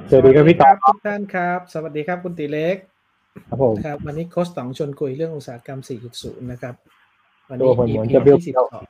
สวัสดีครับพี่ต่อทุกท่านครับสวัสดีครับคุณตีเล็กครับผมนะครับวันนี้โค้ชต๋องชวนคุยเรื่องอุตสาหกรรม 4.0 นะครับวันนี้ตัวผมเหมือน EP จะเบี้ยวที่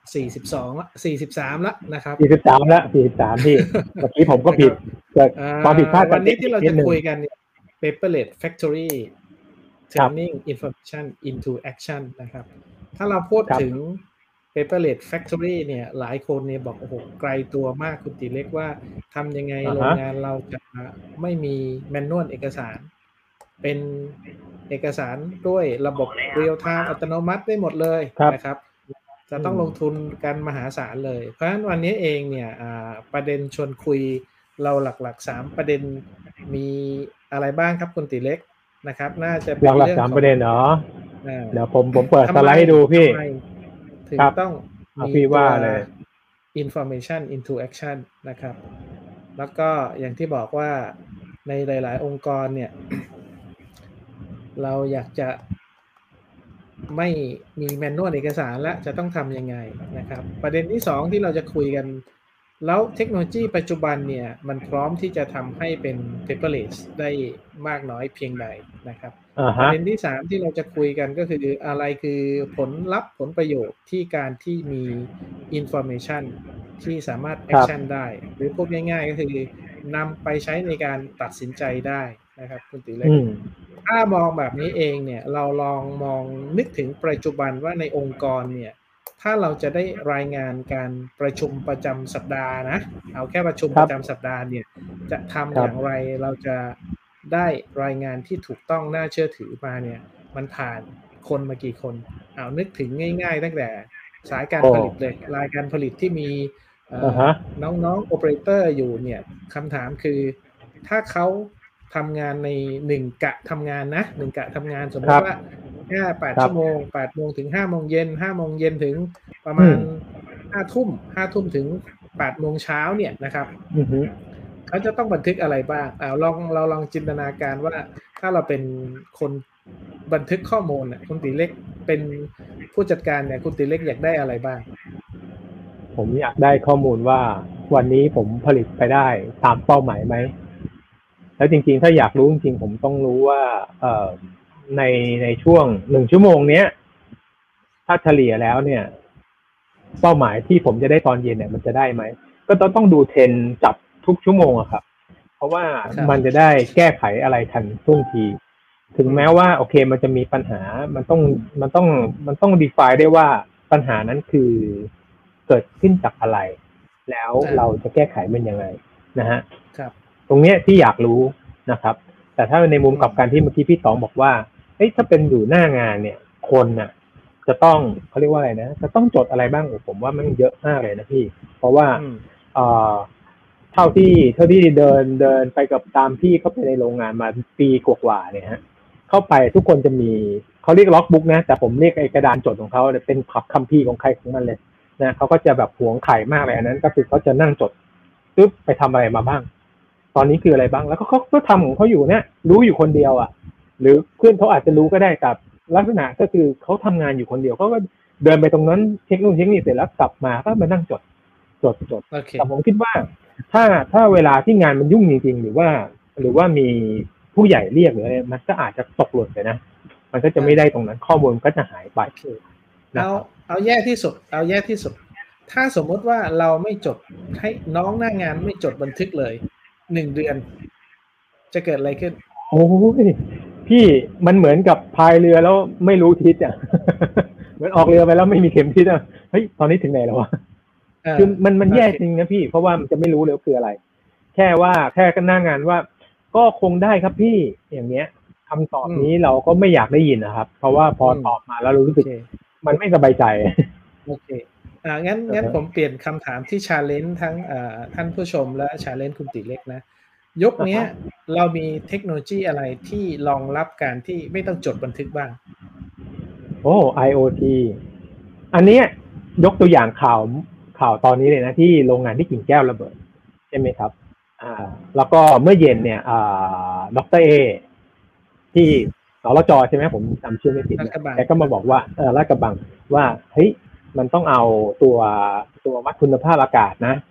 42ละ43ละนะครับ 43แล้ว43พี่เมื่อกี้ผมก็ผิดนะครับเกิดความผิดพลาดวันทางเทคนี้ที่เราจะนิคนิดหนึ่งคุยกันเนี่ย Paperless Factory ครับ Turning Information into Action นะครับถ้าเราพูดครับถึง Paperless Factory เนี่ยหลายคนเนี่ยบอกโอ้โหไกลตัวมากคุณตีเล็กว่าทำยังไงโรงฮะงานเราจะไม่มีแมนนวลเอกสาร เป็นเอกสารด้วยระบบเรียลไทม์อัตโนมัติได้หมดเลยครับนะครับจะอืมต้องลงทุนกันมหาศาลเลยเพราะฉะนั้นวันนี้เองเนี่ยประเด็นชวนคุยเราหลักๆ3ประเด็นมีอะไรบ้างครับคุณติเล็กนะครับน่าจะหเป็นลักๆเรื่องของ 3ประเด็นเนาะอ่าเดี๋ยวผมเปิดสทำไมไลด์ให้ดูพี่ทำไมถึครับงต้องมีพี่ตัวว่าเลย information into action นะครับแล้วก็อย่างที่บอกว่าในหลายๆองค์กรเนี่ย เราอยากจะไม่มีแมนนวลเอกสารและจะต้องทำยังไงนะครับประเด็นที่2ที่เราจะคุยกันแล้วเทคโนโลยีปัจจุบันเนี่ยมันพร้อมที่จะทำให้เป็น paperless ได้มากน้อยเพียงใดนะครับประฮะเด็นที่3ที่เราจะคุยกันก็คืออะไรคือผลลัพธ์ผลประโยชน์ที่การที่มี information ที่สามารถครับ action ได้หรือพูดง่ายๆก็คือนำไปใช้ในการตัดสินใจได้นะครับคุณติเล็กอืมถ้ามองแบบนี้เองเนี่ยเราลองมองนึกถึงปัจจุบันว่าในองค์กรเนี่ยถ้าเราจะได้รายงานการประชุมประจำสัปดาห์นะเอาแค่ประชุมครับประจำสัปดาห์เนี่ยจะทำครับอย่างไรเราจะได้รายงานที่ถูกต้องน่าเชื่อถือมาเนี่ยมันผ่านคนมากี่คนเอานึกถึงง่ายๆตั้งแต่สายการโอ้ผลิตเลยรายการผลิตที่มีฮะน้องๆโอเปอเรเตอร์อยู่เนี่ยคำถามคือถ้าเขาทำงานใน1กะทำงานนะ1กะทำงานสมมครับติว่าแค่8 ครับชั่วโมง8โมงถึง5โมงเย็น5โมงเย็นถึงประอืมาณม 5ทุ่ม5ทุ่มถึง8โมงเช้าเนี่ยนะครับอือฮึเขาจะต้องบันทึกอะไรบ้างเราลองจินตนาการว่าถ้าเราเป็นคนบันทึกข้อมูลน่ะคุณตีเล็กเป็นผู้จัดการเนี่ยคุณตีเล็กอยากได้อะไรบ้างผมอยากได้ข้อมูลว่าวันนี้ผมผลิตไปได้ตามเป้าหมายไหม แล้วจริงๆถ้าอยากรู้จริงๆผมต้องรู้ว่าในในช่วง1 ชั่วโมงเนี้ยถ้าเฉลี่ยแล้วเนี่ยเป้าหมายที่ผมจะได้ตอนเย็นเนี่ยมันจะได้ไหมก็ต้องดูเทรนจับทุกชั่วโมงอะครับเพราะว่าครับมันจะได้แก้ไขอะไรทันท่วงทีถึงอืมแม้ว่าโอเคมันจะมีปัญหามันต้อง define ได้ว่าปัญหานั้นคือเกิดขึ้นจากอะไรแล้วเราจะแก้ไขมันยังไงนะฮะครับตรงเนี้ยที่อยากรู้นะครับแต่ถ้าในมุมอืมกลับกันที่เมื่อกี้พี่ต๋องบอกว่าเฮ้ยถ้าเป็นอยู่หน้างานเนี่ยคนน่ะจะต้องเขาเรียกว่าอะไรนะจะต้องจดอะไรบ้างผมว่ามันเยอะมากเลยนะพี่เพราะว่าอืมเอ่อเท่าที่เดินไปกับตามพี่เข้าไปในโรงงานมาปีกว่าๆเนี่ยฮะเข้าไปทุกคนจะมีเขาเรียกล็อกบุ๊กนะแต่ผมเรียกไอ้กระดานจดของเขาเป็นคัมภีร์ของใครของมันเลยนะเขาก็จะแบบหวงไข่มากเลยอันนั้นก็คือเขาจะนั่งจดปึ๊บไปทำอะไรมาบ้าง ตอนนี้คืออะไรบ้างแล้วเขาก็ทำของเขาอยู่เนี่ยรู้อยู่คนเดียวอ่ะหรือเพื่อนเขาอาจจะรู้ก็ได้แต่ลักษณะก็คือเขาทำงานอยู่คนเดียวเขาก็เดินไปตรงนั้นเช็คนู่นเช็คนี่เสร็จแล้วกลับมาก็มานั่งจดโอเคแต่ผมคิดว่าถ้าเวลาที่งานมันยุ่งจริงๆหรือว่ามีผู้ใหญ่เรียกหรืออะไรมันก็อาจจะตกหล่นไปนะมันก็จะไม่ได้ตรงนั้นข้อมูลก็จะหายไปโอเค เอานะครับเอาแย่ที่สุดเอาแย่ที่สุดถ้าสมมติว่าเราไม่จดให้น้องหน้างานไม่จดบันทึกเลย1 เดือนจะเกิดอะไรขึ้นโอ้ยพี่มันเหมือนกับพายเรือแล้วไม่รู้ทิศอ่ะ เหมือนออกเรือไปแล้วไม่มีเข็มทิศอ่ะเฮ้ยตอนนี้ถึงไหนแล้ววะคือมันโอแย่จริงเคนะพี่เพราะว่ามันจะไม่รู้เลยว่าคืออะไรแค่ก็หน้างานว่าก็คงได้ครับพี่อย่างเงี้ยคำตอบอืมนี้เราก็ไม่อยากได้ยินนะครับเพราะว่าพออืมตอบมาแล้วรู้สึกโอเคมันไม่สบายใจโอเคงั้นผมเปลี่ยนคำถามที่ชาเลนจ์ทั้งท่านผู้ชมและชาเลนจ์คุณติเล็กนะยกเนี้ยเรามีเทคโนโลยีอะไรที่รองรับการที่ไม่ต้องจดบันทึกบ้างโอ้ IoT อันเนี้ยยกตัวอย่างข่าวตอนนี้เลยนะที่โรงงานที่กิ่งแก้วระเบิดใช่ไหมครับแล้วก็เมื่อเย็นเนี่ยดรเอที่สรจใช่ไหมผมจำชื่อไม่ผิดเนี่ยรัฐบาลแกก็มาบอกว่าลาดกระบังว่าเฮ้ยมันต้องเอาตัววัดคุณภาพอากาศนะ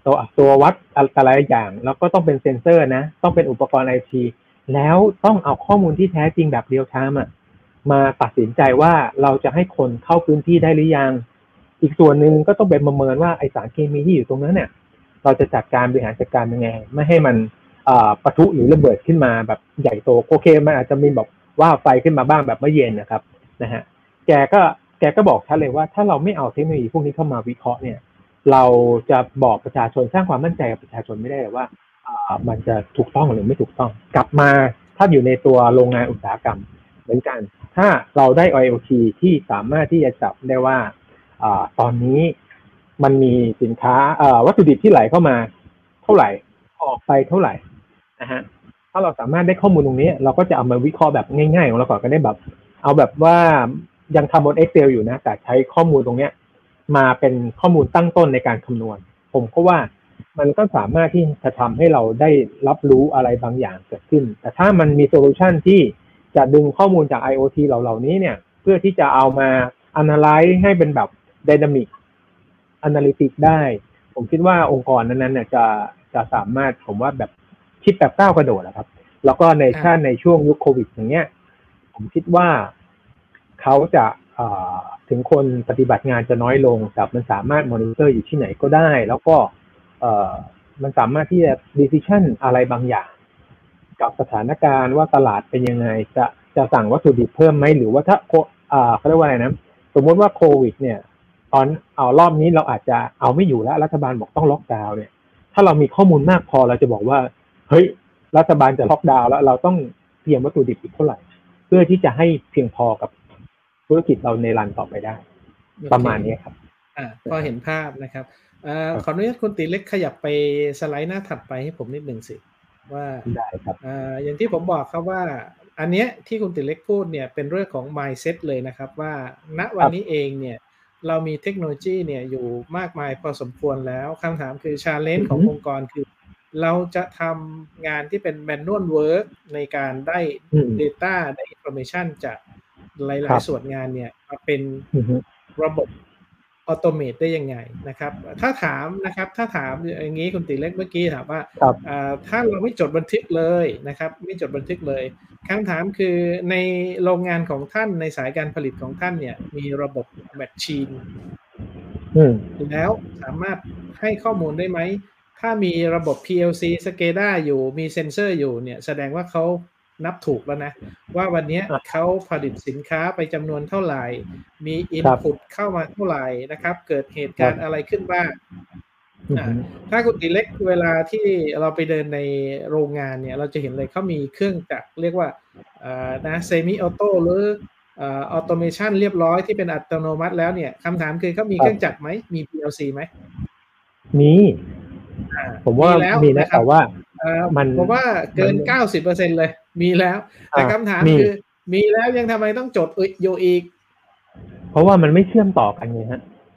ตัววัดอะไรอย่างแล้วก็ต้องเป็นเซ็นเซอร์นะต้องเป็นอุปกรณ์ไอทีแล้วต้องเอาข้อมูลที่แท้จริงแบบเรียลไทม์มาตัดสินใจว่าเราจะให้คนเข้าพื้นที่ได้หรือยังอีกส่วนหนึ่งก็ต้องไปประเมินว่าไอสารเคมีที่อยู่ตรงนั้นเนี่ยเราจะจัดการบริหารจัดการยังไงไม่ให้มันปะทุหรือระเบิดขึ้นมาแบบใหญ่โตโอเคมันอาจจะมีแบบว่าไฟขึ้นมาบ้างแบบเมื่อเย็นนะครับนะฮะแกก็บอกชัดเลยว่าถ้าเราไม่เอาเทคโนโลยีพวกนี้เข้ามาวิเคราะห์เนี่ยเราจะบอกประชาชนสร้างความมั่นใจกับประชาชนไม่ได้เลยว่ามันจะถูกต้องหรือไม่ถูกต้องกลับมาถ้าอยู่ในตัวโรงงานอุตสาหกรรมเหมือนกันถ้าเราได้ IoT ที่สามารถที่จะจับได้ว่าตอนนี้มันมีสินค้าวัตถุดิบที่ไหลเข้ามาเท่าไหร่ออกไปเท่าไหร่นะฮะถ้าเราสามารถได้ข้อมูลตรงนี้เราก็จะเอามาวิเคราะห์แบบง่ายๆของเราก่อนก็ได้แบบเอาแบบว่ายังทำบน Excel อยู่นะแต่ใช้ข้อมูลตรงนี้มาเป็นข้อมูลตั้งต้นในการคำนวณผมก็ว่ามันก็สามารถที่จะทำให้เราได้รับรู้อะไรบางอย่างเกิดขึ้นแต่ถ้ามันมีโซลูชันที่จะดึงข้อมูลจาก IoT เหล่านี้เนี่ยเพื่อที่จะเอามา analyze ให้เป็นแบบ dynamic analytics ได้ผมคิดว่าองค์กรนั้นๆเนี่ยจะสามารถผมว่าแบบคิดแบบก้าวกระโดดนะครับแล้วก็ในช่วงยุคโควิดอย่างเงี้ยผมคิดว่าเขาจะถึงคนปฏิบัติงานจะน้อยลงแต่มันสามารถมอนิเตอร์อยู่ที่ไหนก็ได้แล้วก็มันสามารถที่จะ decision อะไรบางอย่างกับสถานการณ์ว่าตลาดเป็นยังไงจะสั่งวัตถุดิบเพิ่มไหมหรือว่าถ้าเขาเรียกว่าอะไรนะสมมติว่าโควิดเนี่ยตอนรอบนี้เราอาจจะเอาไม่อยู่แล้วรัฐบาลบอกต้องล็อกดาวน์เนี่ยถ้าเรามีข้อมูลมากพอเราจะบอกว่าเฮ้ยรัฐบาลจะล็อกดาวน์แล้วเราต้องเตรียมวัตถุดิบอีกเท่าไหร่เพื่อที่จะให้เพียงพอกับธุรกิจเราในรันต่อไปได้ประมาณนี้ครับพอเห็นภาพนะครับขออนุญาตคุณติเล็กขยับไปสไลด์หน้าถัดไปให้ผมนิดหนึ่งสิว่าได้ครับอย่างที่ผมบอกครับว่าอันเนี้ยที่คุณติเล็กพูดเนี่ยเป็นเรื่องของ mindset เลยนะครับว่าณวันนี้เองเนี่ยเรามีเทคโนโลยีเนี่ยอยู่มากมายพอสมควรแล้วคำถามคือ challenge ขององค์กรคือเราจะทำงานที่เป็น manual work ในการได้ data ได้ information จากหลายๆส่วนงานเนี่ยมาเป็นระบบออโตเมตได้ยังไงนะครับถ้าถามอย่างนี้คุณติเล็กเมื่อกี้ถามว่าถ้าเราไม่จดบันทึกเลยนะครับไม่จดบันทึกเลยคำถามคือในโรงงานของท่านในสายการผลิตของท่านเนี่ยมีระบบแมชชีนแล้วสามารถให้ข้อมูลได้ไหมถ้ามีระบบ PLC SCADA อยู่มีเซ็นเซอร์อยู่เนี่ยแสดงว่าเขานับถูกแล้วนะว่าวันนี้เขาผลิตสินค้าไปจำนวนเท่าไหร่มีอินพุตเข้ามาเท่าไหร่นะครับเกิดเหตุการณ์อะไรขึ้นบ้างถ้าคุณติเล็กเวลาที่เราไปเดินในโรงงานเนี่ยเราจะเห็นเลยเขามีเครื่องจักรเรียกว่าเซมิออโต้หรือออโตเมชันเรียบร้อยที่เป็นอัตโนมัติแล้วเนี่ยคำถามคือเขามีเครื่องจักรไหมมี PLC ไหมมีผมว่ามีนะแต่ว่าผมว่าเกิน 90% เลยมีแล้วแต่คำถามคือมีแล้วยังทำไมต้องจดอยู่อีกเพราะว่ามันไม่เชื่อมต่อกันไงฮะ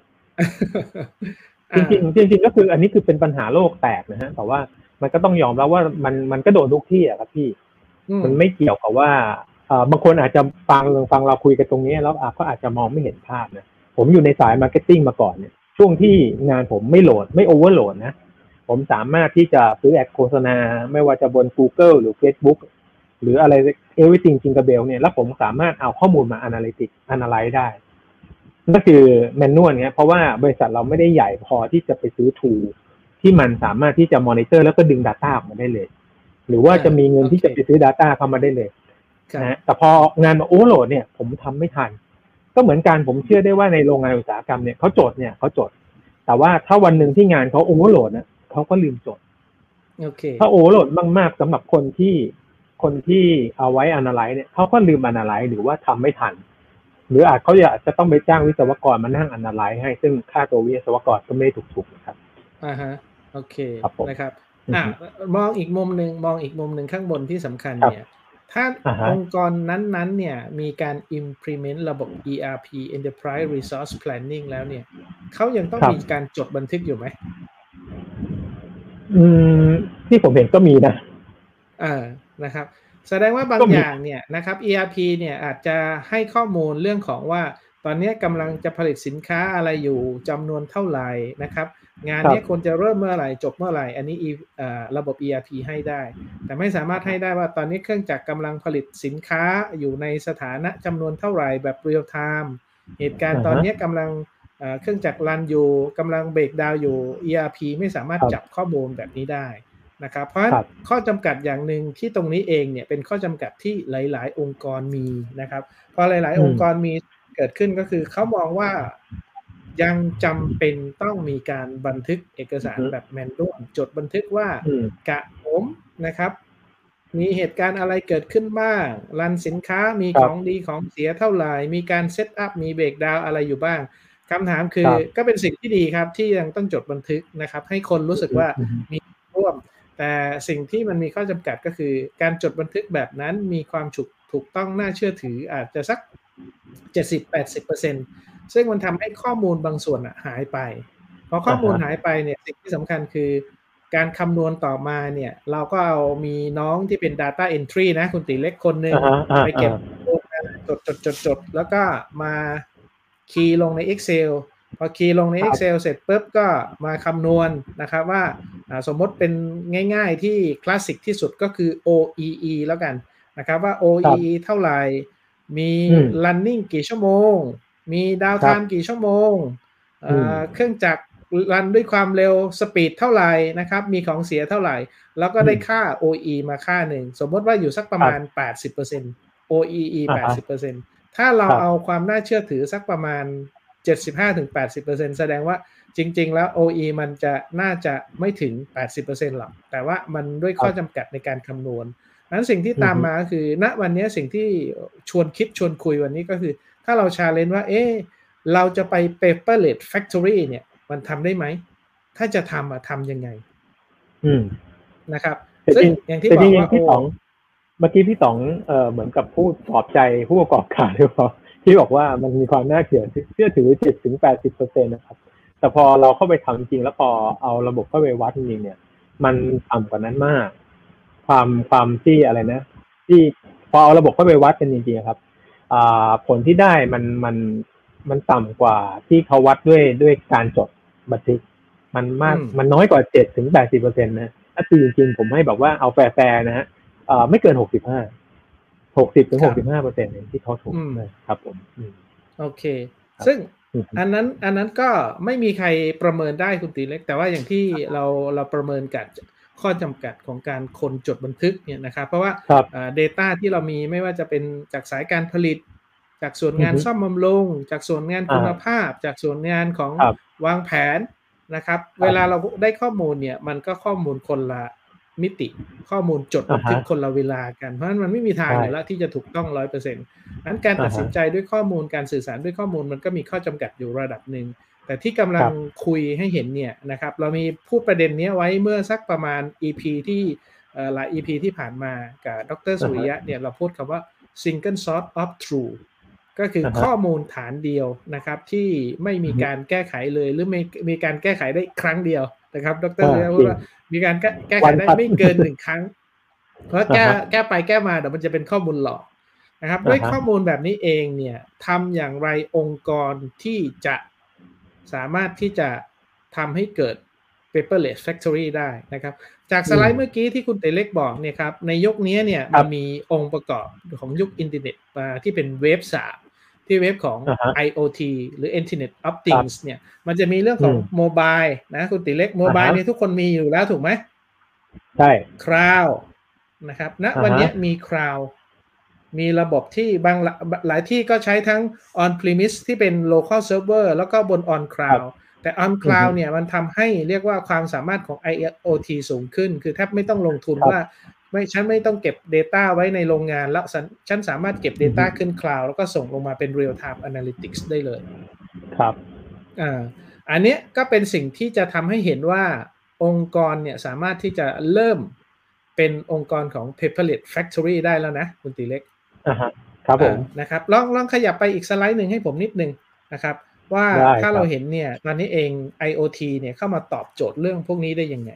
จริงก็คืออันนี้คือเป็นปัญหาโลกแตกนะฮะแต่ว่ามันก็ต้องยอมรับว่ามันก็โดนทุกที่อะครับพี่มันไม่เกี่ยวกับว่าบางคนอาจจะฟังเราคุยกันตรงนี้แล้วก็อาจจะมองไม่เห็นภาพนะผมอยู่ในสายมาร์เก็ตติ้งมาก่อนเนี่ยช่วงที่งานผมไม่โอเวอร์โหลดนะผมสามารถที่จะซื้อแอดโฆษณาไม่ว่าจะบน Google หรือ Facebook หรืออะไร everything jingle bell เนี่ยแล้วผมสามารถเอาข้อมูลมา analyze ได้นั่นคือแมนนวลเนี่ยเพราะว่าบริษัทเราไม่ได้ใหญ่พอที่จะไปซื้อ tool ที่มันสามารถที่จะมอนิเตอร์แล้วก็ดึง data ออกมาได้เลยหรือว่าจะมีเงินที่จะไปซื้อ data เข้ามาได้เลยนะแต่พองานมาโอเวอร์โหลดเนี่ยผมทำไม่ทันก็เหมือนกันผมเชื่อได้ว่าในโรงงานอุตสาหกรรมเนี่ยเขาจดแต่ว่าถ้าวันหนึ่งที่งานเขาโอเวอร์โหลดนะเขาก็ลืมจดถ้าโอเวอร์โหลดมากๆสำหรับคนที่เอาไว้ analyze เนี่ยเขาก็ลืม analyze หรือว่าทำไม่ทันหรืออาจเขาจะต้องไปจ้างวิศวกรมานั่ง analyze ให้ซึ่งค่าตัววิศวกรก็ไม่ถูกนะครับโอเคนะครับมองอีกมุมหนึ่งข้างบนที่สำคัญเนี่ยถ้าองค์กรนั้นๆเนี่ยมีการ implement ระบบ ERP Enterprise Resource Planning แล้วเนี่ยเขายังต้องมีการจดบันทึกอยู่ไหมที่ผมเห็นก็มีนะนะครับแสดงว่าบางอย่างเนี่ยนะครับ ERP เนี่ยอาจจะให้ข้อมูลเรื่องของว่าตอนนี้กำลังจะผลิตสินค้าอะไรอยู่จำนวนเท่าไหร่นะครับงานนี้ควรจะเริ่มเมื่อไหร่จบเมื่อไหร่อันนี้ระบบ ERP ให้ได้แต่ไม่สามารถให้ได้ว่าตอนนี้เครื่องจักรกำลังผลิตสินค้าอยู่ในสถานะจำนวนเท่าไหร่แบบเรียลไทม์เหตุการณ์ตอนนี้กำลังเครื่องจักรรันอยู่กำลังเบรกดาวน์อยู่ ERP ไม่สามารถจับข้อมูลแบบนี้ได้นะครับเพราะฉะนั้นข้อจำกัดอย่างหนึ่งที่ตรงนี้เองเนี่ยเป็นข้อจำกัดที่หลายๆองค์กรมีนะครับพอหลายๆองค์กรมีเกิดขึ้นก็คือเขามองว่ายังจำเป็นต้องมีการบันทึกเอกสารแบบแมนนวลจดบันทึกว่ากะผมนะครับมีเหตุการณ์อะไรเกิดขึ้นบ้างรันสินค้ามีของดีของเสียเท่าไหร่มีการเซตอัพมีเบรกดาวน์อะไรอยู่บ้างคำถามคือก็เป็นสิ่งที่ดีครับที่ยังต้องจดบันทึกนะครับให้คนรู้สึกว่ามีร่วมแต่สิ่งที่มันมีข้อจำกัดก็คือการจดบันทึกแบบนั้นมีความถูกต้องน่าเชื่อถืออาจจะสัก 70-80% ซึ่งมันทำให้ข้อมูลบางส่วนหายไปพอข้อมูลหายไปเนี่ยสิ่งที่สำคัญคือการคำนวณต่อมาเนี่ยเราก็เอามีน้องที่เป็น Data Entry นะคุณตีเล็กคนหนึ่งไปเก็บจดแล้วก็มาคีย์ลงใน Excel พอคีย์ลงใน Excel เสร็จปุ๊บก็มาคำนวณนะครับว่าสมมติเป็นง่ายๆที่คลาสสิกที่สุดก็คือ OEE แล้วกันนะครับว่า OEE เท่าไหร่มี running กี่ชั่วโมงมี downtime กี่ชั่วโมงเครื่องจักรรันด้วยความเร็วสปีดเท่าไหร่นะครับมีของเสียเท่าไหร่แล้วก็ได้ค่า OE มาค่าหนึ่งสมมติว่าอยู่สักประมาณ 80% OEE 80% ถ้าเราเอาความน่าเชื่อถือสักประมาณ 75-80% แสดงว่าจริงๆแล้ว OE มันน่าจะไม่ถึง 80% หรอกแต่ว่ามันด้วยข้อจำกัดในการคำนวณนั้นสิ่งที่ตามมาก็คือณวันนี้สิ่งที่ชวนคิดชวนคุยวันนี้ก็คือถ้าเราชาเลนจ์ว่าเราจะไป paperless factory เนี่ยมันทำได้ไหมถ้าจะทำยังไงนะครับซึ่งอย่างที่บอกว่าเมื่อกี้พี่ต๋องเหมือนกับพูดปลอบใจผู้ประกอบการหรือเปล่าที่บอกว่ามันมีความน่าเชื่อถือ 70-80% นะครับแต่พอเราเข้าไปทำจริงแล้วพอเอาระบบเข้าไปวัดจริงเนี่ยมันต่ำกว่านั้นมากความที่อะไรนะที่พอเอาระบบเข้าไปวัดกันจริงๆครับผลที่ได้มันต่ำกว่าที่เขาวัดด้วยการจดบันทึกมันน้อยกว่า 7-80% นะถ้าจริงๆผมให้แบบว่าเอาแฟร์ๆนะฮะไม่เกิน 60-65% ที่เขาถูกนะครับผมโอเคซึ่งอันนั้นก็ไม่มีใครประเมินได้คุณตีเล็กแต่ว่าอย่างที่เราประเมินกันข้อจำกัดของการคนจดบันทึกเนี่ยนะครับเพราะว่าdata ที่เรามีไม่ว่าจะเป็นจากสายการผลิตจากส่วนงานซ่อมบำรุงจากส่วนงานคุณภาพจากส่วนงานของวางแผนนะครับเวลาเราได้ข้อมูลเนี่ยมันก็ข้อมูลคนละมิติข้อมูลจดบันทึกคนละเวลากันเพราะฉะนั้นมันไม่มีทางอยู่แล้วที่จะถูกต้อง 100% นั้นการตัดสินใจด้วยข้อมูลการสื่อสารด้วยข้อมูลมันก็มีข้อจำกัดอยู่ระดับหนึ่งแต่ที่กำลังคุยให้เห็นเนี่ยนะครับเรามีพูดประเด็นนี้ไว้เมื่อสักประมาณ EP ที่หลาย EP ที่ผ่านมากับดร.สุริยะเนี่ยเราพูดคำว่า single source of truth ก็คือข้อมูลฐานเดียวนะครับที่ไม่มีการแก้ไขเลยหรือมีการแก้ไขได้ครั้งเดียวนะครับดร.สุริยะพูดว่ามีการแก้ไขได้ไม่เกิน1ครั้งเพราะแก้ไปแก้มาเดี๋ยวมันจะเป็นข้อมูลหลอกนะครับด้วยข้อมูลแบบนี้เองเนี่ยทำอย่างไรองค์กรที่จะสามารถที่จะทำให้เกิด paperless factory ได้นะครับจากสไลด์เมื่อกี้ที่คุณเตเล็กบอกเนี่ยครับในยุคนี้เนี่ยมันมีองค์ประกอบของยุคอินเทอร์เน็ตมาที่เป็นเวฟ3ที่เวฟของ IoT หรือ Internet of Things เนี่ยมันจะมีเรื่องของโมบายนะคุณเตเล็กโมบายเนี่ยทุกคนมีอยู่แล้วถูกไหมใช่ Cloud นะครับณวันนี้มี Cloudมีระบบที่หลายที่ก็ใช้ทั้ง on premise ที่เป็น local server แล้วก็บน on cloud แต่ on cloud เนี่ยมันทำให้เรียกว่าความสามารถของ IoT สูงขึ้นคือแทบไม่ต้องลงทุนว่าฉันไม่ต้องเก็บ data ไว้ในโรงงานแล้วฉันสามารถเก็บ data ขึ้น cloud แล้วก็ส่งลงมาเป็น real time analytics ได้เลยครับอันนี้ก็เป็นสิ่งที่จะทำให้เห็นว่าองค์กรเนี่ยสามารถที่จะเริ่มเป็นองค์กรของ paperless factory ได้แล้วนะคุณตีเล็กครับผมนะครับลองขยับไปอีกสไลด์หนึ่งให้ผมนิดนึงนะครับว่าถ้าเราเห็นเนี่ยตอนนี้เอง IoT เนี่ยเข้ามาตอบโจทย์เรื่องพวกนี้ได้ยังไง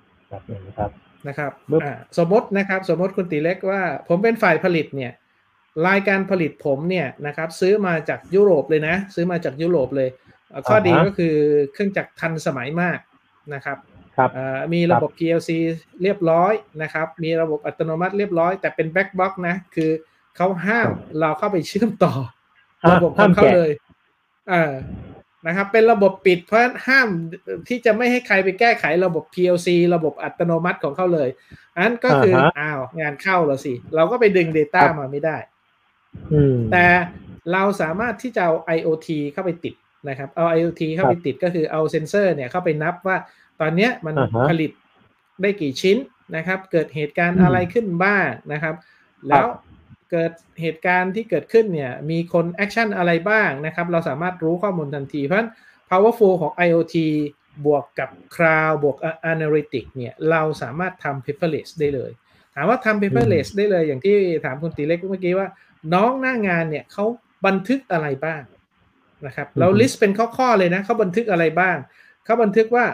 ครับนะครับสมมติคุณตีเล็กว่าผมเป็นฝ่ายผลิตเนี่ยรายการผลิตผมเนี่ยนะครับซื้อมาจากยุโรปเลยนะซื้อมาจากยุโรปเลยข้อดีก็คือเครื่องจักรทันสมัยมากนะครับมีระบบ PLC เรียบร้อยนะครับมีระบบอัตโนมัติเรียบร้อยแต่เป็นแบ็คบ็อกซ์นะคือเขาห้ามเราเข้าไปเชื่อมต่อระบบของเขาเลยนะครับเป็นระบบปิดเพราะห้ามที่จะไม่ให้ใครไปแก้ไขระบบ PLC ระบบอัตโนมัติของเขาเลยอันก็คืองานเข้าแล้วสิเราก็ไปดึง Data มาไม่ได้แต่เราสามารถที่จะเอา IoT เข้าไปติดนะครับเอา IoT เข้าไปติดก็คือเอาเซ็นเซอร์เนี่ยเข้าไปนับว่าตอนนี้มันผลิตได้กี่ชิ้นนะครับเกิดเหตุการณ์อะไรขึ้นบ้างนะครับแล้วเกิดเหตุการณ์ที่เกิดขึ้นเนี่ยมีคนแอคชั่นอะไรบ้างนะครับเราสามารถรู้ข้อมูลทันทีเพราะฉะนั้น powerful ของ IoT บวกกับ Cloud บวก Analytics เนี่ยเราสามารถทำ paperless ได้เลยถามว่าทำ paperless ได้เลยอย่างที่ถามคุณตีเล็กเมื่อกี้ว่าน้องหน้างานเนี่ยเขาบันทึกอะไรบ้างนะครับเรา list เป็นข้อๆเลยนะเขาบันทึกอะไรบ้างเขาบันทึกว่า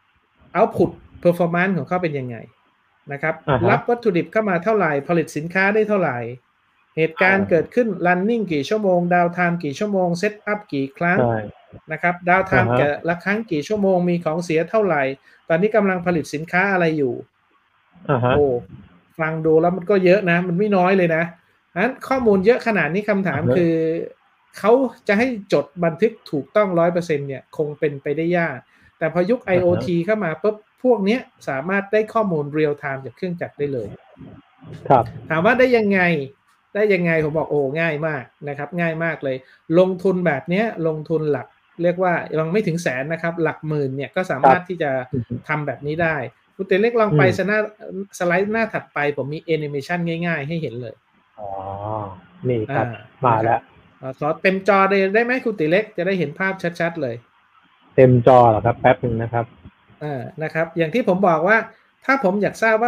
output performance ของเขาเป็นยังไงนะครับรับวัตถุดิบเข้ามาเท่าไหร่ผลิตสินค้าได้เท่าไหร่เหตุการณ์เกิดขึ้น running กี่ชั่วโมง downtime กี่ชั่วโมง set up กี่ครั้งนะครับ downtime แต่ละครั้งกี่ชั่วโมงมีของเสียเท่าไหร่ตอนนี้กำลังผลิตสินค้าอะไรอยู่โอ้ฟังดูแล้วมันก็เยอะนะมันไม่น้อยเลยนะงั้นข้อมูลเยอะขนาดนี้คำถามคือเขาจะให้จดบันทึกถูกต้อง 100% เนี่ยคงเป็นไปได้ยากแต่พอยุค IoT เข้ามาปุ๊บพวกนี้สามารถได้ข้อมูล real time จากเครื่องจักรได้เลยครับถามว่าได้ยังไงผมบอกโอ้ง่ายมากนะครับง่ายมากเลยลงทุนแบบนี้ลงทุนหลักเรียกว่ายังไม่ถึงแสนนะครับหลักหมื่นเนี่ยก็สามารถที่จะทำแบบนี้ได้คุณเต้เล็กลองไปสไลด์หน้าถัดไปผมมีแอนิเมชันง่ายๆให้เห็นเลยอ๋อนี่ครับมาแล้วขอเต็มจอเลยได้ไหมคุณติเล็กจะได้เห็นภาพชัดๆเลยเต็มจอเหรอครับแป๊บนึงนะครับนะครับอย่างที่ผมบอกว่าถ้าผมอยากทราบว่า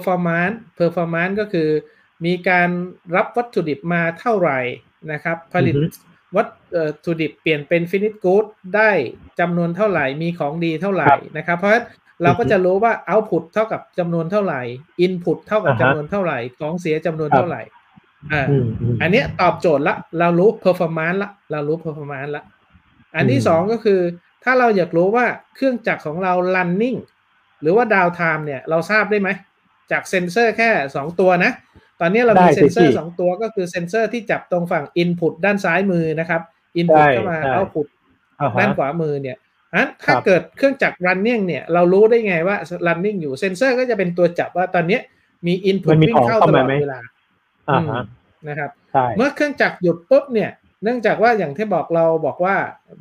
performance ก็คือมีการรับวัตถุดิบมาเท่าไหร่นะครับผลิตวัตถุดิบเปลี่ยนเป็น finished good ได้จำนวนเท่าไหร่มีของดีเท่าไหร่นะครับเพราะฉะนั้นเราก็จะรู้ว่า output เท่ากับจำนวนเท่าไหร่ input เท่ากับจำนวนเท่าไหร่ของเสียจำนวนเท่าไหร่อันนี้ตอบโจทย์ละเรารู้ performance ละอันที่สองก็คือถ้าเราอยากรู้ว่าเครื่องจักรของเรา running หรือว่า downtime เนี่ยเราทราบได้ไหมจากเซ็นเซอร์แค่2ตัวนะตอนนี้เรามีเซ็นเซอร์2ตัวก็คือเซ็นเซอร์ที่จับตรงฝั่ง input ด้านซ้ายมือนะครับ input เข้ามา output ด้านขวามือเนี่ยถ้าเกิดเครื่องจักร running เนี่ยเรารู้ได้ไงว่า running อยู่เซ็นเซอร์ก็จะเป็นตัวจับว่าตอนนี้มี input วิ่งเข้าตลอดเวลานะครับเมื่อเครื่องจักรหยุดปุ๊บเนี่ยเนื่องจากว่าอย่างที่เราบอกว่า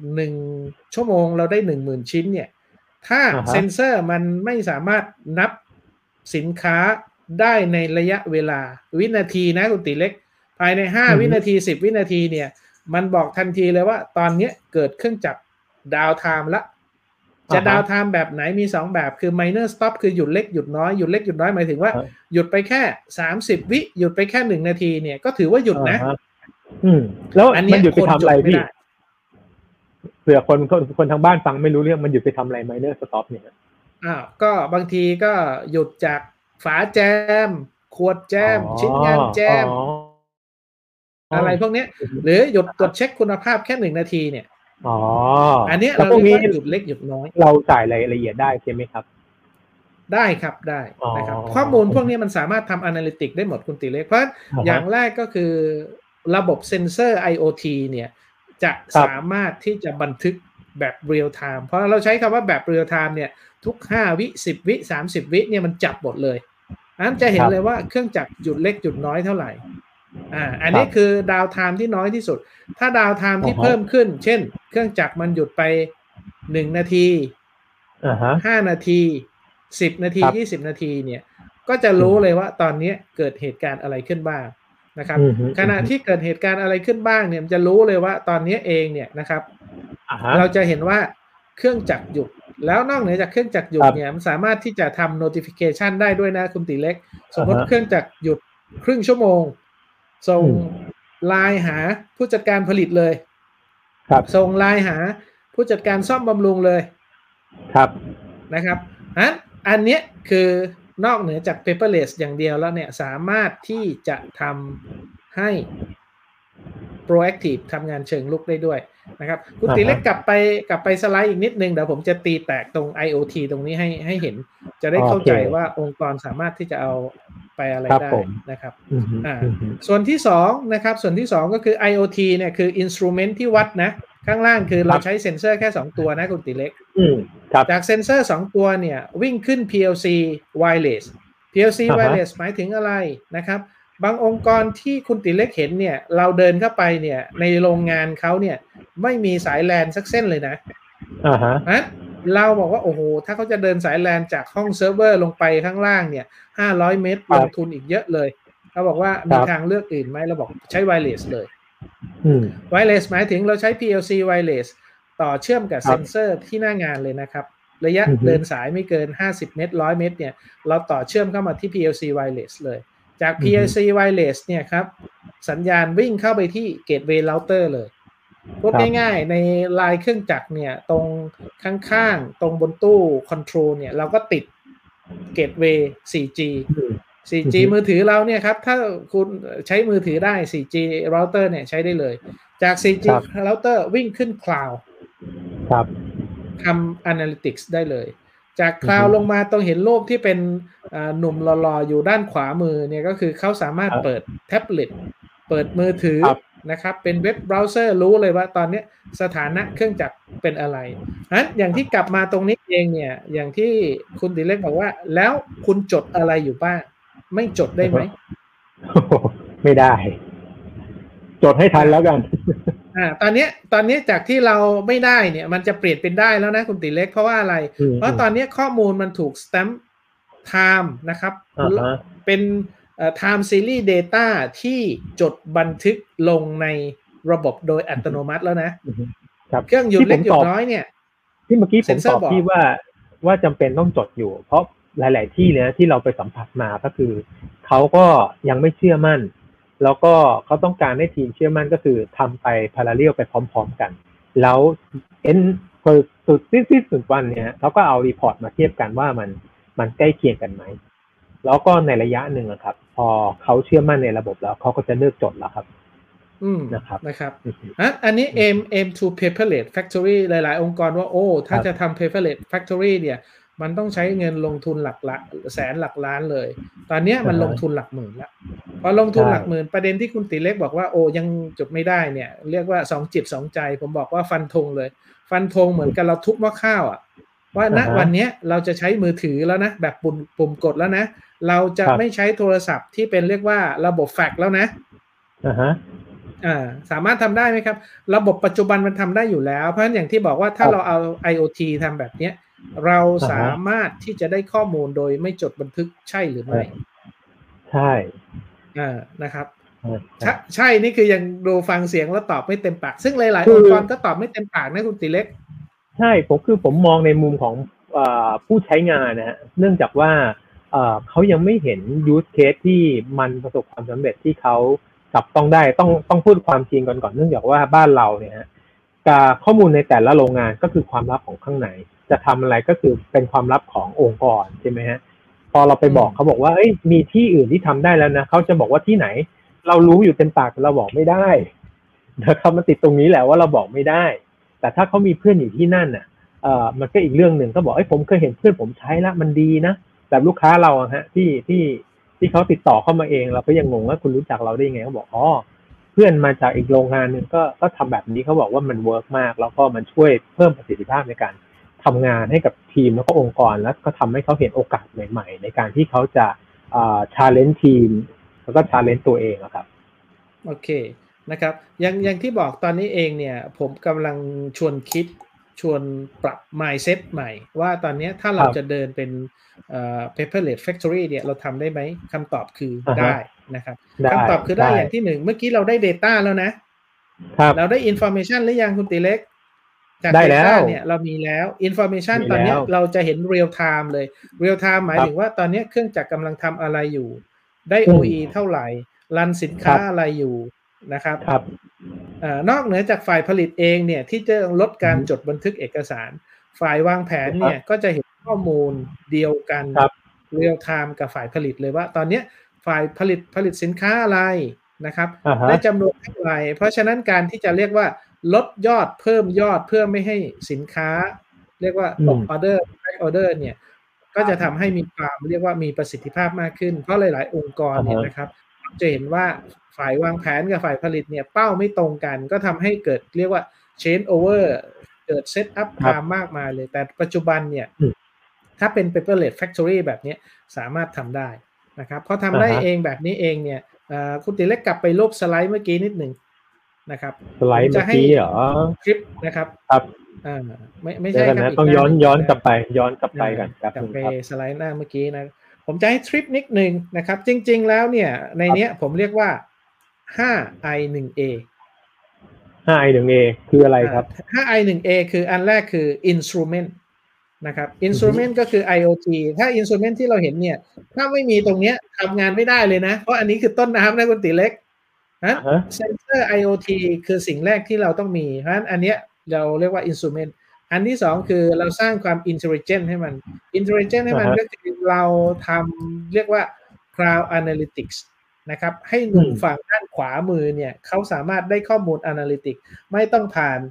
1ชั่วโมงเราได้ 10,000 ชิ้นเนี่ยถ้าเซ็นเซอร์มันไม่สามารถนับสินค้าได้ในระยะเวลาวินาทีนะคุณติเล็กภายใน5วินาที10วินาทีเนี่ยมันบอกทันทีเลยว่าตอนนี้เกิดเครื่องจักรดาวไทม์ละจะดาวไทม์แบบไหนมี2แบบคือ minor stop คือหยุดเล็กหยุดน้อยหยุดเล็กหยุดน้อยหมายถึงว่าหยุดไปแค่30วิหยุดไปแค่1นาทีเนี่ยก็ถือว่าหยุดนะแล้วมันหยุดไปทำอะไรพี่เผื่อคนทางบ้านฟังไม่รู้เรื่องมันหยุดไปทำอะไร minor stop เนี่ยก็บางทีก็หยุดจากฝาแจมขวดแจมชิ้นงานแจมอะไรพวกนี้หรือหยุดตรวจเช็คคุณภาพแค่1นาทีเนี่ยอันนี้เราเรียกว่าหยุดเล็กหยุดน้อยเราจ่ายรายละเอียดได้ใช่ไหมครับได้ครับได้นะครับข้อมูลพวกนี้มันสามารถทำ Analytics ได้หมดคุณติเล็กเพราะอย่างแรกก็คือระบบเซ็นเซอร์ IoT เนี่ยจะสามารถที่จะบันทึกแบบ real time เพราะเราใช้คำว่าแบบ real time เนี่ยทุก5วิ10วิ30วิเนี่ยมันจับหมดเลยนั้นจะเห็นเลยว่าเครื่องจักรหยุดเล็กหยุดน้อยเท่าไหร่อันนี้คือดาวไทม์ที่น้อยที่สุดถ้าดาวไทม์ที่เพิ่มขึ้นเช่นเครื่องจักรมันหยุดไป1นาที5นาที10นาที20นาทีเนี่ยก็จะรู้เลยว่าตอนนี้เกิดเหตุการณ์อะไรขึ้นบ้างนะครับขณะที่เกิดเหตุการณ์อะไรขึ้นบ้างเนี่ยจะรู้เลยว่าตอนนี้เองเนี่ยนะครับเราจะเห็นว่าเครื่องจักรหยุดแล้วนอกเหนือจากเครื่องจักรหยุดเนี่ยมันสามารถที่จะทำ notification ได้ด้วยนะคุณตีเล็กสมมติเครื่องจักรหยุดครึ่งชั่วโมงส่งไลน์หาผู้จัดการผลิตเลยส่งไลน์หาผู้จัดการซ่อมบำรุงเลยนะครับอันนี้คือนอกเหนือจาก paperless อย่างเดียวแล้วเนี่ยสามารถที่จะทให้ proactive ทำงานเชิงลุกได้ด้วยนะครับคุณติเล็กกลับไปสไลด์อีกนิดนึงเดี๋ยวผมจะตีแตกตรง IoT ตรงนี้ให้เห็นจะได้เข้าใจว่าองค์กรสามารถที่จะเอาไปอะไรได้นะครับส่วนที่2นะครับส่วนที่2ก็คือ IoT เนี่ยคือ instrument ที่วัดนะข้างล่างคือเราใช้เซ็นเซอร์แค่2ตัวนะคุณติเล็กจากเซ็นเซอร์2ตัวเนี่ยวิ่งขึ้น PLC wireless PLC wireless หมายถึงอะไรนะครับบางองค์กรที่คุณติเล็กเห็นเนี่ยเราเดินเข้าไปเนี่ยในโรงงานเขาเนี่ยไม่มีสายแลนสักเส้นเลยนะเราบอกว่าโอ้โหถ้าเขาจะเดินสายแลนจากห้องเซิร์ฟเวอร์ลงไปข้างล่างเนี่ย500 เมตรลงทุนอีกเยอะเลยเขาบอกว่ามีทางเลือกอื่นไหมเราบอกใช้ wireless เลยwireless หมายถึงเราใช้ PLC wireless ต่อเชื่อมกับเซ็นเซอร์ที่หน้างานเลยนะครับระยะเดินสายไม่เกิน50 เมตร100 เมตรเนี่ยเราต่อเชื่อมเข้ามาที่ PLC wireless เลยจาก PLC wireless เนี่ยครับสัญญาณวิ่งเข้าไปที่ gateway router เลยพูดง่ายๆในลายเครื่องจักรเนี่ยตรงข้างๆตรงบนตู้คอนโทรลเนี่ยเราก็ติด gateway 4G มือถือเราเนี่ยครับถ้าคุณใช้มือถือได้ 4G router เนี่ยใช้ได้เลยจาก 4G router วิ่งขึ้น cloud ทำ analytics ได้เลยจาก cloud ลงมาต้องเห็นรูปที่เป็นหนุ่มหล่อๆอยู่ด้านขวามือเนี่ยก็คือเขาสามารถเปิดแท็บเล็ตเปิดมือถือนะครับเป็นเว็บเบราว์เซอร์รู้เลยว่าตอนนี้สถานะเครื่องจักรเป็นอะไรนั้นอย่างที่กลับมาตรงนี้เองเนี่ยอย่างที่คุณติเล็กบอกว่าแล้วคุณจดอะไรอยู่บ้างไม่จดได้ไหมไม่ได้จดให้ทันแล้วกันตอนนี้จากที่เราไม่ได้เนี่ยมันจะเปลี่ยนเป็นได้แล้วนะคุณติเล็กเพราะว่าอะไรเพราะตอนนี้ข้อมูลมันถูก stamp time นะครับเป็นtime series data ที่จดบันทึกลงในระบบโดยอัตโนมัติแล้วนะเครื่องหยุดเล็กหยุดน้อยเนี่ยที่เมื่อกี้ผมตอบพี่ว่าจำเป็นต้องจดอยู่เพราะหลายๆที่เนี่ยที่เราไปสัมผัสมาก็คือเขาก็ยังไม่เชื่อมั่นแล้วก็เขาต้องการให้ทีมเชื่อมั่นก็คือทำไปพาราเรลไปพร้อมๆกันแล้วสุดวันเนี่ยเขาก็เอารีพอร์ตมาเทียบกันว่ามันใกล้เคียงกันไหมแล้วก็ในระยะหนึ่งครับพอเขาเชื่อมั่นในระบบแล้วเขาก็จะเลิกจดแล้วครับนะครับอันนี้ aim to paperless factory หลายๆองค์กรว่าโอ้ถ้าจะทำ paperless factory เนี่ยมันต้องใช้เงินลงทุนหลักแสนหลักล้านเลยตอนนี้มันลงทุนหลักหมื่นแล้วพอลงทุนหลักหมื่นประเด็นที่คุณติเล็กบอกว่าโอ้ยังจดไม่ได้เนี่ยเรียกว่า2 จิต 2 ใจผมบอกว่าฟันธงเลยฟันธงเหมือนกันเราทุบหม้อข้าวว่าณวันนี้เราจะใช้มือถือแล้วนะแบบปุ่มกดแล้วนะเราจะไม่ใช้โทรศัพท์ที่เป็นเรียกว่าระบบแฟกซ์แล้วนะสามารถทำได้ไหมครับระบบปัจจุบันมันทำได้อยู่แล้วเพราะฉะนั้นอย่างที่บอกว่าถ้าเราเอา IoT ทำแบบนี้เราสามารถที่จะได้ข้อมูลโดยไม่จดบันทึกใช่หรือไม่ใช่นะครับใช่นี่คือยังดูฟังเสียงแล้วตอบไม่เต็มปากซึ่งหลายๆองค์กรก็ตอบไม่เต็มปากนะคุณติเล็กใช่ผมมองในมุมของผู้ใช้งานนะฮะเนื่องจากว่าเขายังไม่เห็น use case ที่มันประสบความสำเร็จที่เขาจับต้องได้ต้องพูดความจริงก่อนเนื่องจากว่าบ้านเราเนี่ยฮะข้อมูลในแต่ละโรงงานก็คือความลับของข้างในจะทำอะไรก็คือเป็นความลับขององค์กรใช่ไหมฮะพอเราไปบอกเขาบอกว่ามีที่อื่นที่ทำได้แล้วนะเขาจะบอกว่าที่ไหนเรารู้อยู่เต็มปากแต่เราบอกไม่ได้นะครับมันติดตรงนี้แหละว่าเราบอกไม่ได้แต่ถ้าเขามีเพื่อนอยู่ที่นั่นน่ะมันก็อีกเรื่องหนึ่งก็บอกผมเคยเห็นเพื่อนผมใช้แล้วมันดีนะแต่ลูกค้าเราฮะที่เขาติดต่อเข้ามาเองเราก็ยังงงว่าคุณรู้จักเราได้ยังไงเขาบอกเพื่อนมาจากอีกโรงงานนึงก็ทำแบบนี้เขาบอกว่ามันเวิร์กมากแล้วก็มันช่วยเพิ่มประสิทธิภาพในการทำงานให้กับทีมแล้วก็องค์กรแล้วก็ทำให้เขาเห็นโอกาสใหม่ๆในการที่เขาจะchallenge ทีมแล้วก็ challenge ตัวเองครับโอเคนะครับอย่างที่บอกตอนนี้เองเนี่ยผมกำลังชวนปรับ mindset ใหม่ว่าตอนนี้ถ้าเราจะเดินเป็นpaperless factory เนี่ยเราทำได้ไหมคำตอบคือได้นะครับคำตอบคือได้อย่างที่1เมื่อกี้เราได้ data แล้วนะเราได้ information หรือยังคุณติเล็กจาก data เนี่ยเรามีแล้ว information ตอนนี้เราจะเห็น real time เลย real time หมายถึงว่าตอนนี้เครื่องจักรกำลังทำอะไรอยู่ได้ OE เท่าไหร่รันสินค้าอะไรอยู่นะครับนอกเหนือจากฝ่ายผลิตเองเนี่ยที่จะลดการจดบันทึกเอกสารฝ่ายวางแผนเนี่ยก็จะเห็นข้อมูลเดียวกันเรียลไทม์กับฝ่ายผลิตเลยว่าตอนนี้ฝ่ายผลิตสินค้าอะไรนะครับอ่าฮะได้จำนวนเท่าไหร่เพราะฉะนั้นการที่จะเรียกว่าลดยอดเพิ่มยอดเพื่อไม่ให้สินค้าเรียกว่าตกออเดอร์แบ็คออเดอร์เนี่ยก็จะทำให้มีความเรียกว่ามีประสิทธิภาพมากขึ้นเพราะหลายๆองค์กรเนี่ยนะครับจะเห็นว่าฝ่ายวางแผนกับฝ่ายผลิตเนี่ยเป้าไม่ตรงกันก็ทำให้เกิดเรียกว่า change over เกิด set up time มากมายเลยแต่ปัจจุบันเนี่ยถ้าเป็น paperless factory แบบนี้สามารถทำได้นะครับพอทำได้เองแบบนี้เองเนี่ยคุณติเล็กกลับไปรูปสไลด์เมื่อกี้นิดหนึ่งนะครับสไลด์เมื่อกี้เหรอคลิปนะครับครับไม่ใช่ครับต้องย้อนกลับไปกันกลับไปสไลด์หน้าเมื่อกี้นะผมจะให้ทริปนิดหนึ่งนะครับจริงๆแล้วเนี่ยในเนี้ยผมเรียกว่า 5i1a 5i1a คืออะไรครับ 5i1a คืออันแรกคือ instrument นะครับ instrument ก็คือ IoT ถ้า instrument ที่เราเห็นเนี่ยถ้าไม่มีตรงเนี้ยทำงานไม่ได้เลยนะเพราะอันนี้คือต้นน้ำนะคุณติเล็กนะเซนเซอร์ IoT คือสิ่งแรกที่เราต้องมีเพราะฉะนั้นอันเนี้ยเราเรียกว่า instrument อันที่สองคือเราสร้างความ intelligent ให้มัน intelligent ให้มันก็คือเราทำเรียกว่า cloud analytics นะครับให้หนุ่มฝั่งด้านขวามือเนี่ยเขาสามารถได้ข้อมูล analytics ไม่ต้องผ่าน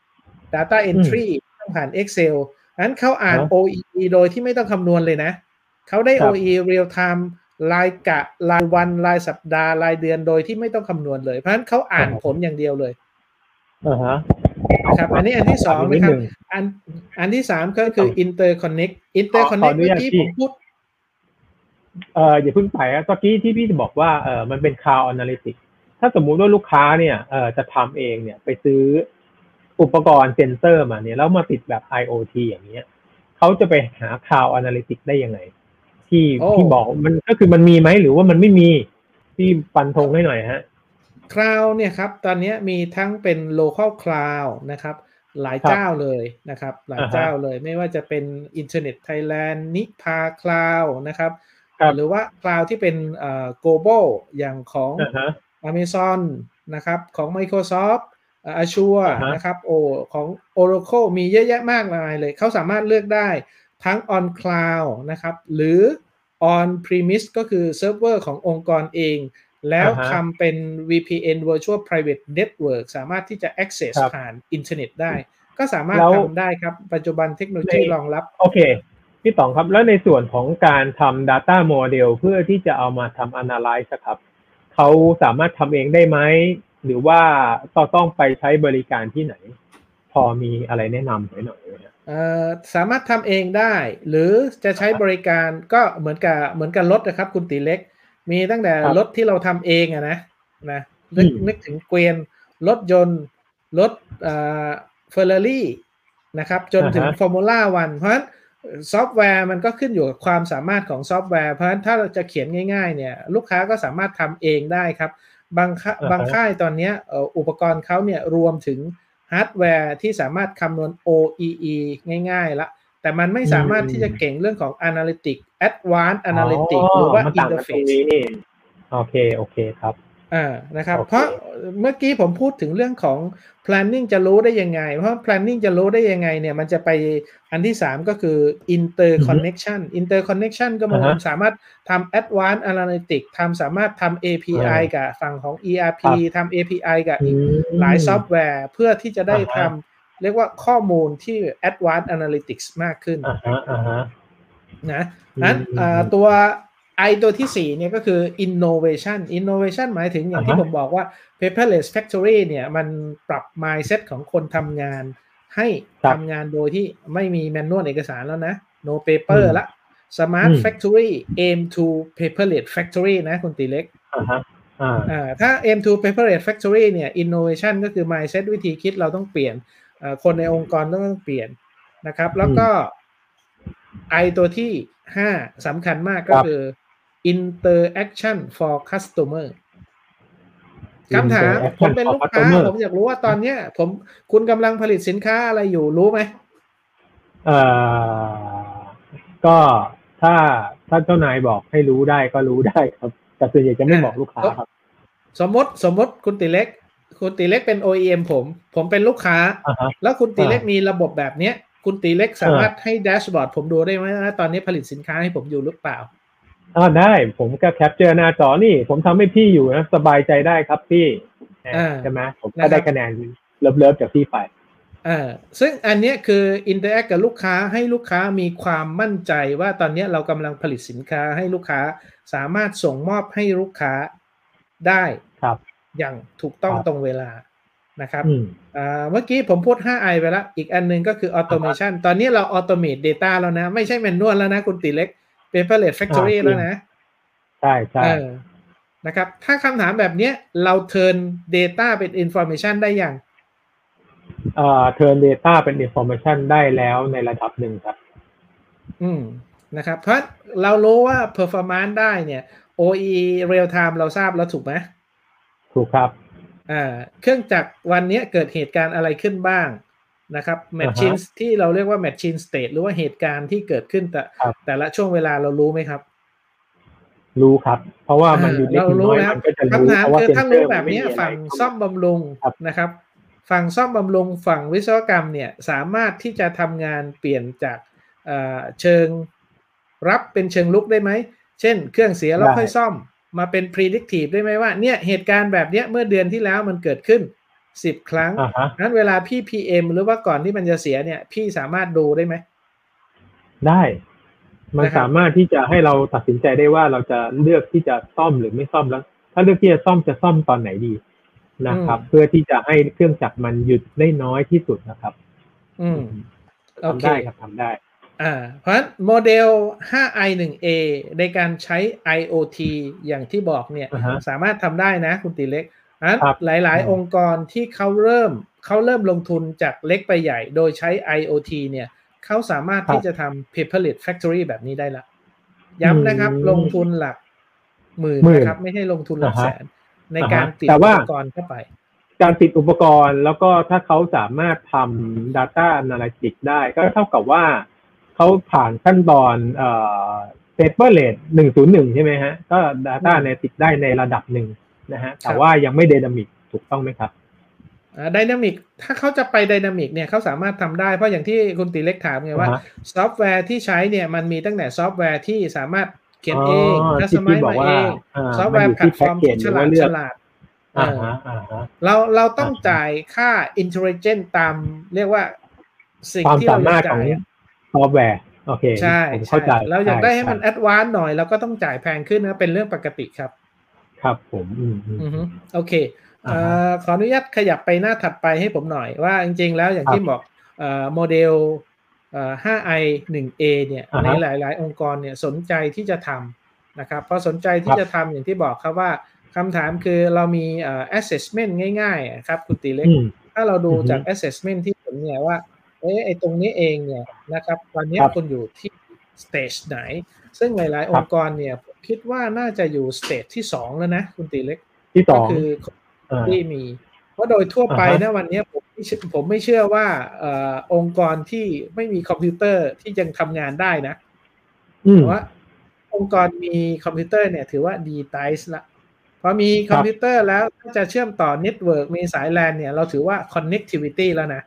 data entry ไม่ต้องผ่าน Excel นั้นเขาอ่าน OEE โดยที่ไม่ต้องคำนวณเลยนะเขาได้ OEE real time รายกะรายวันรายสัปดาห์รายเดือนโดยที่ไม่ต้องคำนวณเลยเพราะฉะนั้นเขาอ่านผลอย่างเดียวเลยนะครับอันนี้อันที่สองนะครับอันที่สามก็คือ interconnect เมื่อกี้ผมพูดอย่าเพิ่งไปเมื่อกี้ที่พี่บอกว่ามันเป็น cloud analytics ถ้าสมมุติว่าลูกค้าเนี่ยจะทำเองเนี่ยไปซื้ออุปกรณ์เซ็นเซอร์มาเนี่ยแล้วมาติดแบบ IoT อย่างเงี้ยเขาจะไปหา cloud analytics ได้ยังไงที่บอกมันก็คือมันมีไหมหรือว่ามันไม่มีที่ฟันธงให้หน่อยฮะ cloud เนี่ยครับตอนนี้มีทั้งเป็น local cloud นะครับหลายเจ้าเลยนะครับหลายเจ้าเลยไม่ว่าจะเป็น Internet Thailand นิพา Cloud นะครับหรือว่า Cloud ที่เป็นglobal อย่างของ Amazon นะครับของ Microsoft Azure นะครับของ Oracle มีเยอะแยะมากมายเลยเขาสามารถเลือกได้ทั้ง on cloud นะครับหรือ on premise ก็คือเซิร์ฟเวอร์ขององค์กรเองแล้วทำเป็น VPN Virtual Private Network สามารถที่จะ access ผ่านอินเทอร์เน็ตได้ก็สามารถทำได้ครับปัจจุบันเทคโนโลยีรองรับโอเคพี่ต๋องครับแล้วในส่วนของการทำ data model เพื่อที่จะเอามาทำ analyze ครับเขาสามารถทำเองได้ไหมหรือว่าต้องไปใช้บริการที่ไหนพอมีอะไรแนะนำหน่อยสามารถทำเองได้หรือจะใช้บริการก็เหมือนกับรถนะครับคุณตีเล็กมีตั้งแต่รถที่เราทำเองนะนึกถึงเกวียนรถยนต์รถเฟอร์รารี่นะครับจนถึงฟอร์มูล่าวันเพราะฉะนั้นซอฟต์แวร์มันก็ขึ้นอยู่กับความสามารถของซอฟต์แวร์เพราะฉะนั้นถ้าเราจะเขียนง่ายๆเนี่ยลูกค้าก็สามารถทำเองได้ครับบางค่ายตอนนี้อุปกรณ์เขาเนี่ยรวมถึงฮาร์ดแวร์ที่สามารถคำนวณ OEE ง่ายๆละแต่มันไม่สามารถที่จะเก่งเรื่องของ Analytics Advanced Analytics หรือว่า Interface โอเคครับนะครับเพราะเมื่อกี้ผมพูดถึงเรื่องของ planning จะรู้ได้ยังไงเพราะ planning จะรู้ได้ยังไงเนี่ยมันจะไปอันที่3ก็คือ interconnection ก็มันสามารถทำ advanced analytics สามารถทำ API กับฝั่งของ ERP ทำ API กับอีกหลายซอฟต์แวร์เพื่อที่จะได้ทำเรียกว่าข้อมูลที่ advanced analytics มากขึ้นนะนั้นตัวตัวที่4เนี่ยก็คือ innovation หมายถึงอย่างที่ผมบอกว่า paperless factory เนี่ยมันปรับ mindset ของคนทำงานให้ทำงานโดยที่ไม่มีแมนนวลเอกสารแล้วนะ no paper ละ smart factory aim to paperless factory นะคุณตีเล็กถ้า aim to paperless factory เนี่ย innovation ก็คือ mindset วิธีคิดเราต้องเปลี่ยนคนในองค์กรต้องเปลี่ยนนะครับแล้วก็ตัวที่5สำคัญมากก็คือinteraction for customer คำถามผมเป็นลูกค้าผมอยากรู้ว่าตอนนี้คุณกำลังผลิตสินค้าอะไรอยู่รู้ไหมก็ถ้าเจ้านายบอกให้รู้ได้ก็รู้ได้ครับแต่ส่วนใหญ่จะไม่บอกลูกค้าครับสมมติคุณติเล็กเป็น OEM ผมเป็นลูกค้าแล้วคุณติเล็กมีระบบแบบนี้คุณติเล็กสามารถให้แดชบอร์ดผมดูได้ไหมว่าตอนนี้ผลิตสินค้าให้ผมอยู่หรือเปล่าได้ผมก็แคปเจอร์หน้าจอนี่ผมทำให้พี่อยู่นะสบายใจได้ครับพี่ใช่ไหมผมก็ได้คะแนนเลิฟๆจากพี่ไปซึ่งอันนี้คือ interact กับลูกค้าให้ลูกค้ามีความมั่นใจว่าตอนนี้เรากำลังผลิตสินค้าให้ลูกค้าสามารถส่งมอบให้ลูกค้าได้อย่างถูกต้องตรงเวลานะครับเมื่อกี้ผมพูด 5i ไปแล้วอีกอันนึงก็คือ automation ตอนนี้เรา automate data แล้วนะไม่ใช่ manual แล้วนะคุณติเล็ก paperless factory แล้วนะใช่ใช่นะครับถ้าคำถามแบบนี้เรา turn data เป็น information ได้ยัง turn data เป็น information ได้แล้วในระดับหนึ่งครับนะครับเพราะเรารู้ว่า performance ได้เนี่ย OE real time เราทราบแล้วถูกไหมถูกครับเครื่องจักรวันนี้เกิดเหตุการณ์อะไรขึ้นบ้างนะครับ machine ที่เราเรียกว่า machine state หรือว่าเหตุการณ์ที่เกิดขึ้นแต่ละช่วงเวลาเรารู้ไหมครับรู้ครับเพราะว่ามันอยู่ในที่น้อยมันก็จะรู้เพราะว่าถ้ารู้แบบนี้ฝั่งซ่อมบำรุงนะครับฝั่งซ่อมบำรุงฝั่งวิศวกรรมเนี่ยสามารถที่จะทำงานเปลี่ยนจากเชิงรับเป็นเชิงลุกได้ไหมเช่นเครื่องเสียแล้วค่อยซ่อมมาเป็น predictive ได้ไหมว่าเนี่ยเหตุการณ์แบบนี้เมื่อเดือนที่แล้วมันเกิดขึ้น10 ครั้งนั้นเวลาพี่ PM หรือว่าก่อนที่มันจะเสียเนี่ยพี่สามารถดูได้ไหมได้มันสามารถที่จะให้เราตัดสินใจได้ว่าเราจะเลือกที่จะซ่อมหรือไม่ซ่อมแล้วถ้าเลือกที่จะซ่อมตอนไหนดีนะครับเพื่อที่จะให้เครื่องจักรมันหยุดได้น้อยที่สุดนะครับทำได้ครับทำได้เพราะฉะนั้นโมเดล 5i1a ในการใช้ IoT อย่างที่บอกเนี่ยสามารถทำได้นะคุณติเล็กหลายๆองค์กรที่เขาเริ่มลงทุนจากเล็กไปใหญ่โดยใช้ IoT เนี่ยเขาสามารถที่จะทำ paperless factory แบบนี้ได้ละย้ำนะครับลงทุนหลักหมื่นนะครับไม่ใช่ลงทุนหลักแสนในการติดอุปกรณ์เข้าไปการติดอุปกรณ์แล้วก็ถ้าเขาสามารถทำ data analytics ได้ก็เท่ากับว่าเขาผ่านขั้นตอนpaperless 101ใช่ไหมฮะก็ data analytics ได้ในระดับหนึ่งนะฮะแต่ว่ายังไม่ dynamic ถูกต้องไหมครับไดนามิกถ้าเขาจะไปไดนามิกเนี่ยเขาสามารถทำได้เพราะอย่างที่คุณตีเล็กถามไงว่าซอฟต์แวร์ที่ใช้เนี่ยมันมีตั้งแต่ซอฟต์แวร์ที่สามารถเขียนเองคัสตอมไมซ์มาเองซอฟต์แวร์แพลตฟอร์มที่ฉลาดเราต้องจ่ายค่า intelligence ตามเรียกว่าสิ่งที่เราจ่ายซอฟต์แวร์โอเคใช่เข้าใจเราอยากได้ให้มันแอดวานซ์หน่อยเราก็ต้องจ่ายแพงขึ้นนะเป็นเรื่องปกติครับครับผมโอเคขออนุญาตขยับไปหน้าถัดไปให้ผมหน่อยว่าจริงๆแล้วอย่างที่บอกโมเดล5i1a เนี่ยในหลายๆองค์กรเนี่ยสนใจที่จะทำนะครับเพราะสนใจที่จะทำอย่างที่บอกครับว่าคำถามคือเรามีassessment ง่ายๆครับคุณตีเล็กถ้าเราดูจาก assessment ที่ผลเนี่ยว่าไอ้ตรงนี้เองเนี่ยนะครับตอนนี้คุณอยู่ที่ stage ไหนซึ่งหลายๆองค์กรเนี่ยผมคิดว่าน่าจะอยู่ stage ที่2แล้วนะคุณตีเล็กก็คือที่มีเพราะโดยทั่วไปนะวันนี้ผมไม่เชื่อว่าองค์กรที่ไม่มีคอมพิวเตอร์ที่ยังทำงานได้นะแต่ว่าองค์กรมีคอมพิวเตอร์เนี่ยถือว่าดีไซน์ละพอมีคอมพิวเตอร์แล้วถ้าจะเชื่อมต่อเน็ตเวิร์กมีสาย LAN เนี่ยเราถือว่า connectivity แล้วนะ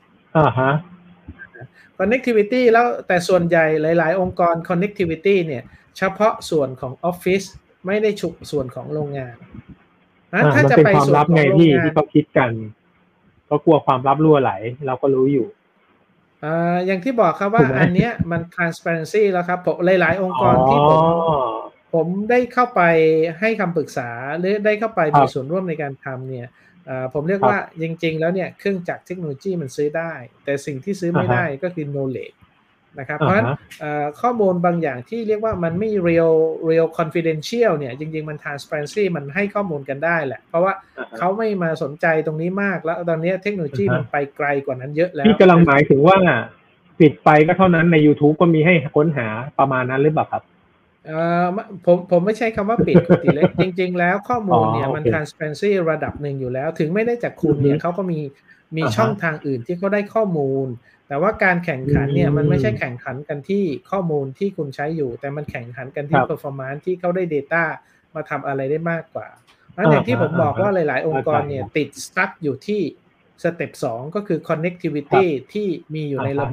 connectivity แล้วแต่ส่วนใหญ่หลายๆองค์กร connectivity เนี่ยเฉพาะส่วนของออฟฟิศไม่ได้ฉุกส่วนของโรงงานถ้าจะไปความลับไงที่เขาคิดกันก็กลัวความลับรั่วไหลเราก็รู้อยู่อย่างที่บอกครับว่าอันเนี้ยมัน transparency แล้วครับผมหลายๆองค์กรที่ผมได้เข้าไปให้คำปรึกษาหรือได้เข้าไปมีส่วนร่วมในการทำเนี่ยผมเรียกว่าจริงๆแล้วเนี่ยเครื่องจักรเทคโนโลยีมันซื้อได้แต่สิ่งที่ซื้อไม่ได้ก็คือ knowledge นะครับเพราะฉะนั้นข้อมูลบางอย่างที่เรียกว่ามันไม่ real confidential เนี่ยจริงๆมัน transparency มันให้ข้อมูลกันได้แหละเพราะว่าเขาไม่มาสนใจตรงนี้มากแล้วตอนนี้เทคโนโลยีมันไปไกลกว่านั้นเยอะแล้วพี่กำลังหมายถึงว่าปิดไปก็เท่านั้นใน YouTube ก็มีให้ค้นหาประมาณนั้นหรือเปล่าครับผมไม่ใช่คำว่าปิดคุณติเล็กจริงๆแล้วข้อมูลเนี่ยมัน transparency ระดับหนึ่งอยู่แล้วถึงไม่ได้จากคุณเนี่ยเขาก็มีช่องทางอื่นที่เขาได้ข้อมูลแต่ว่าการแข่งขันเนี่ยมันไม่ใช่แข่งขันกันที่ข้อมูลที่คุณใช้อยู่แต่มันแข่งขันกันที่ performance ที่เขาได้ data มาทำอะไรได้มากกว่าเพราะอย่างที่ผมบอกว่าหลายๆองค์กรเนี่ยติด stuck อยู่ที่สเต็ป2ก็คือ connectivity ที่มีอยู่ในระบบ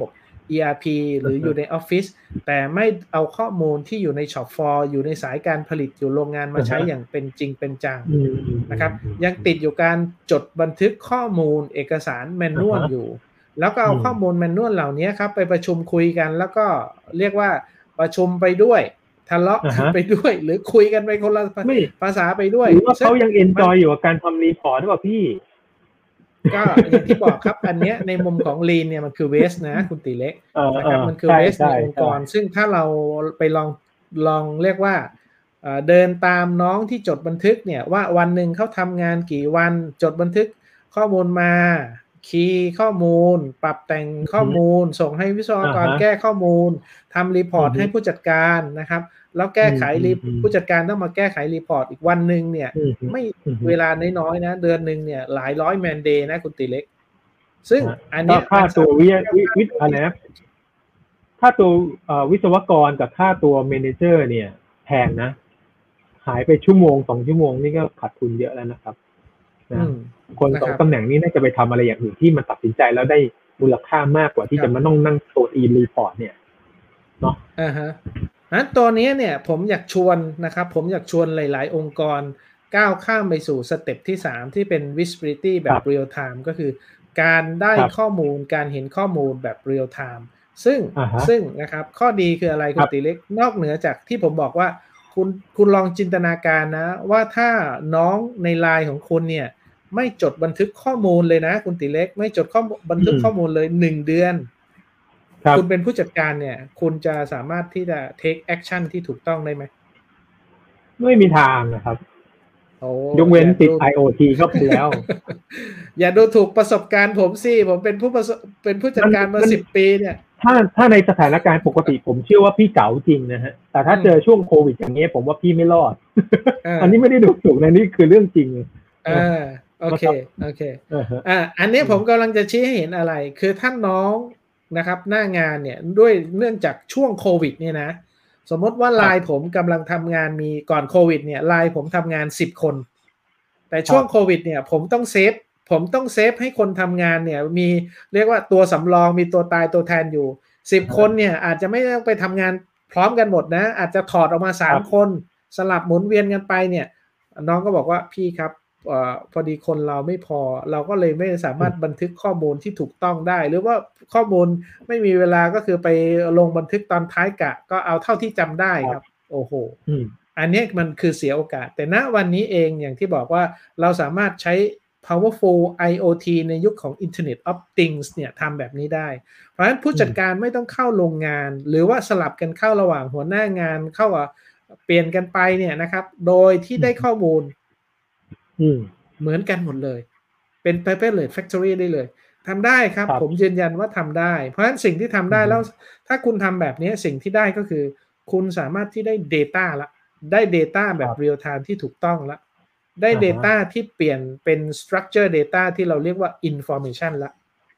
ERP หรืออยู่ในออฟฟิศแต่ไม่เอาข้อมูลที่อยู่ในช็อปฟลอร์อยู่ในสายการผลิตอยู่โรงงานมาใช้อย่างเป็นจริงเป็นจังนะครับยังติดอยู่การจดบันทึกข้อมูลเอกสารแมนนวลอยู่แล้วก็เอาข้อมูลแมนนวลเหล่านี้ครับไปประชุมคุยกันแล้วก็เรียกว่าประชุมไปด้วยทะเลาะกันไปด้วยหรือคุยกันไปคนละภาษาไปด้วยหรือว่าเขายังเอนจอยอยู่กับการทำรีพอร์ตหรือเปล่าพี่ก็อย่างที่บอกครับอันเนี้ยในมุมของ Lean เนี่ยมันคือเวสนะคุณตีเล็กนะครับมันคือเวสในองค์กรซึ่งถ้าเราไปลองเรียกว่าเดินตามน้องที่จดบันทึกเนี่ยว่าวันหนึ่งเขาทำงานกี่วันจดบันทึกข้อมูลมาคีย์ข้อมูลปรับแต่งข้อมูลส่งให้วิศวกรแก้ข้อมูลทำรีพอร์ตให้ผู้จัดการนะครับแล้วแก้ไขผู้จัดการต้องมาแก้ไขรีพอร์ตอีกวันหนึ่งเนี่ยไม่เวลาน้อยๆนะเดือนหนึ่งเนี่ยหลายร้อยแมนเดย์นะคุณตีเล็กซึ่งอันนี้ค่าตัววิทย์อะไรนะค่าตัววิศวกรกับค่าตัวเมเนเจอร์เนี่ยแพงนะหายไปชั่วโมง2 ชั่วโมงนี่ก็ขาดทุนเยอะแล้วนะครับคน2 ตำแหน่งนี้น่าจะไปทำอะไรอย่างอื่นที่มันตัดสินใจแล้วได้มูลค่ามากกว่าที่จะมานั่งตัวอีรีพอร์ตเนี่ยเนาะนั้นตัวนี้เนี่ยผมอยากชวนนะครับผมอยากชวนหลายๆองค์กรก้าวข้ามไปสู่สเต็ปที่3ที่เป็น visibility แบบ real time ก็คือการได้ข้อมูลการเห็นข้อมูลแบบ real time ซึ่งนะครับข้อดีคืออะไรคุณตีเล็กนอกเหนือจากที่ผมบอกว่าคุณลองจินตนาการนะว่าถ้าน้องในไลน์ของคุณเนี่ยไม่จดบันทึกข้อมูลเลยนะคุณตีเล็กไม่จดบันทึกข้อมูลเลย1 เดือนคุณเป็นผู้จัดการเนี่ยคุณจะสามารถที่จะ take action ที่ถูกต้องได้ไหมไม่มีทางนะครับยกเว้นติด IoT ก็ไปแล้วอย่าดูถูกประสบการณ์ผมสิผมเป็นผู้จัดการมา10 ปีเนี่ยถ้าในสถานการณ์ปกติผมเชื่อว่าพี่เก๋าจริงนะฮะแต่ถ้าเจอช่วงโควิดอย่างเงี้ยผมว่าพี่ไม่รอด อันนี้ไม่ได้ดูถูกนะนี่คือเรื่องจริงโอเคอันนี้ผมกำลังจะชี้ให้เห็นอะไรคือท่านน้องนะครับหน้างานเนี่ยด้วยเนื่องจากช่วงโควิดเนี่ยนะสมมติว่าไลน์ผมกำลังทำงานมีก่อนโควิดเนี่ยไลน์ผมทำงาน10 คนแต่ช่วงโควิดเนี่ยผมต้องเซฟให้คนทำงานเนี่ยมีเรียกว่าตัวสำรองมีตัวตายตัวแทนอยู่10 คนเนี่ยอาจจะไม่ต้องไปทำงานพร้อมกันหมดนะอาจจะถอดออกมา3 คนสลับหมุนเวียนกันไปเนี่ยน้องก็บอกว่าพี่ครับพอดีคนเราไม่พอเราก็เลยไม่สามารถบันทึกข้อมูลที่ถูกต้องได้หรือว่าข้อมูลไม่มีเวลาก็คือไปลงบันทึกตอนท้ายกะก็เอาเท่าที่จำได้ครับโอ้โหอันนี้มันคือเสียโอกาสแต่ณวันนี้เองอย่างที่บอกว่าเราสามารถใช้ powerful IoT ในยุคของ Internet of Things เนี่ยทำแบบนี้ได้เพราะฉะนั้นผู้จัดการไม่ต้องเข้าโรงงานหรือว่าสลับกันเข้าระหว่างหัวหน้างานเข้าเปลี่ยนกันไปเนี่ยนะครับโดยที่ได้ข้อมูลเหมือนกันหมดเลยเป็น paperless factory ได้เลยทำได้ครับผมยืนยันว่าทำได้เพราะฉะนั้นสิ่งที่ทำได้แล้วถ้าคุณทำแบบนี้สิ่งที่ได้ก็คือคุณสามารถที่ได้ data ละได้ data แบบ real time ที่ถูกต้องละได้ data ที่เปลี่ยนเป็น structure data ที่เราเรียกว่า information ละ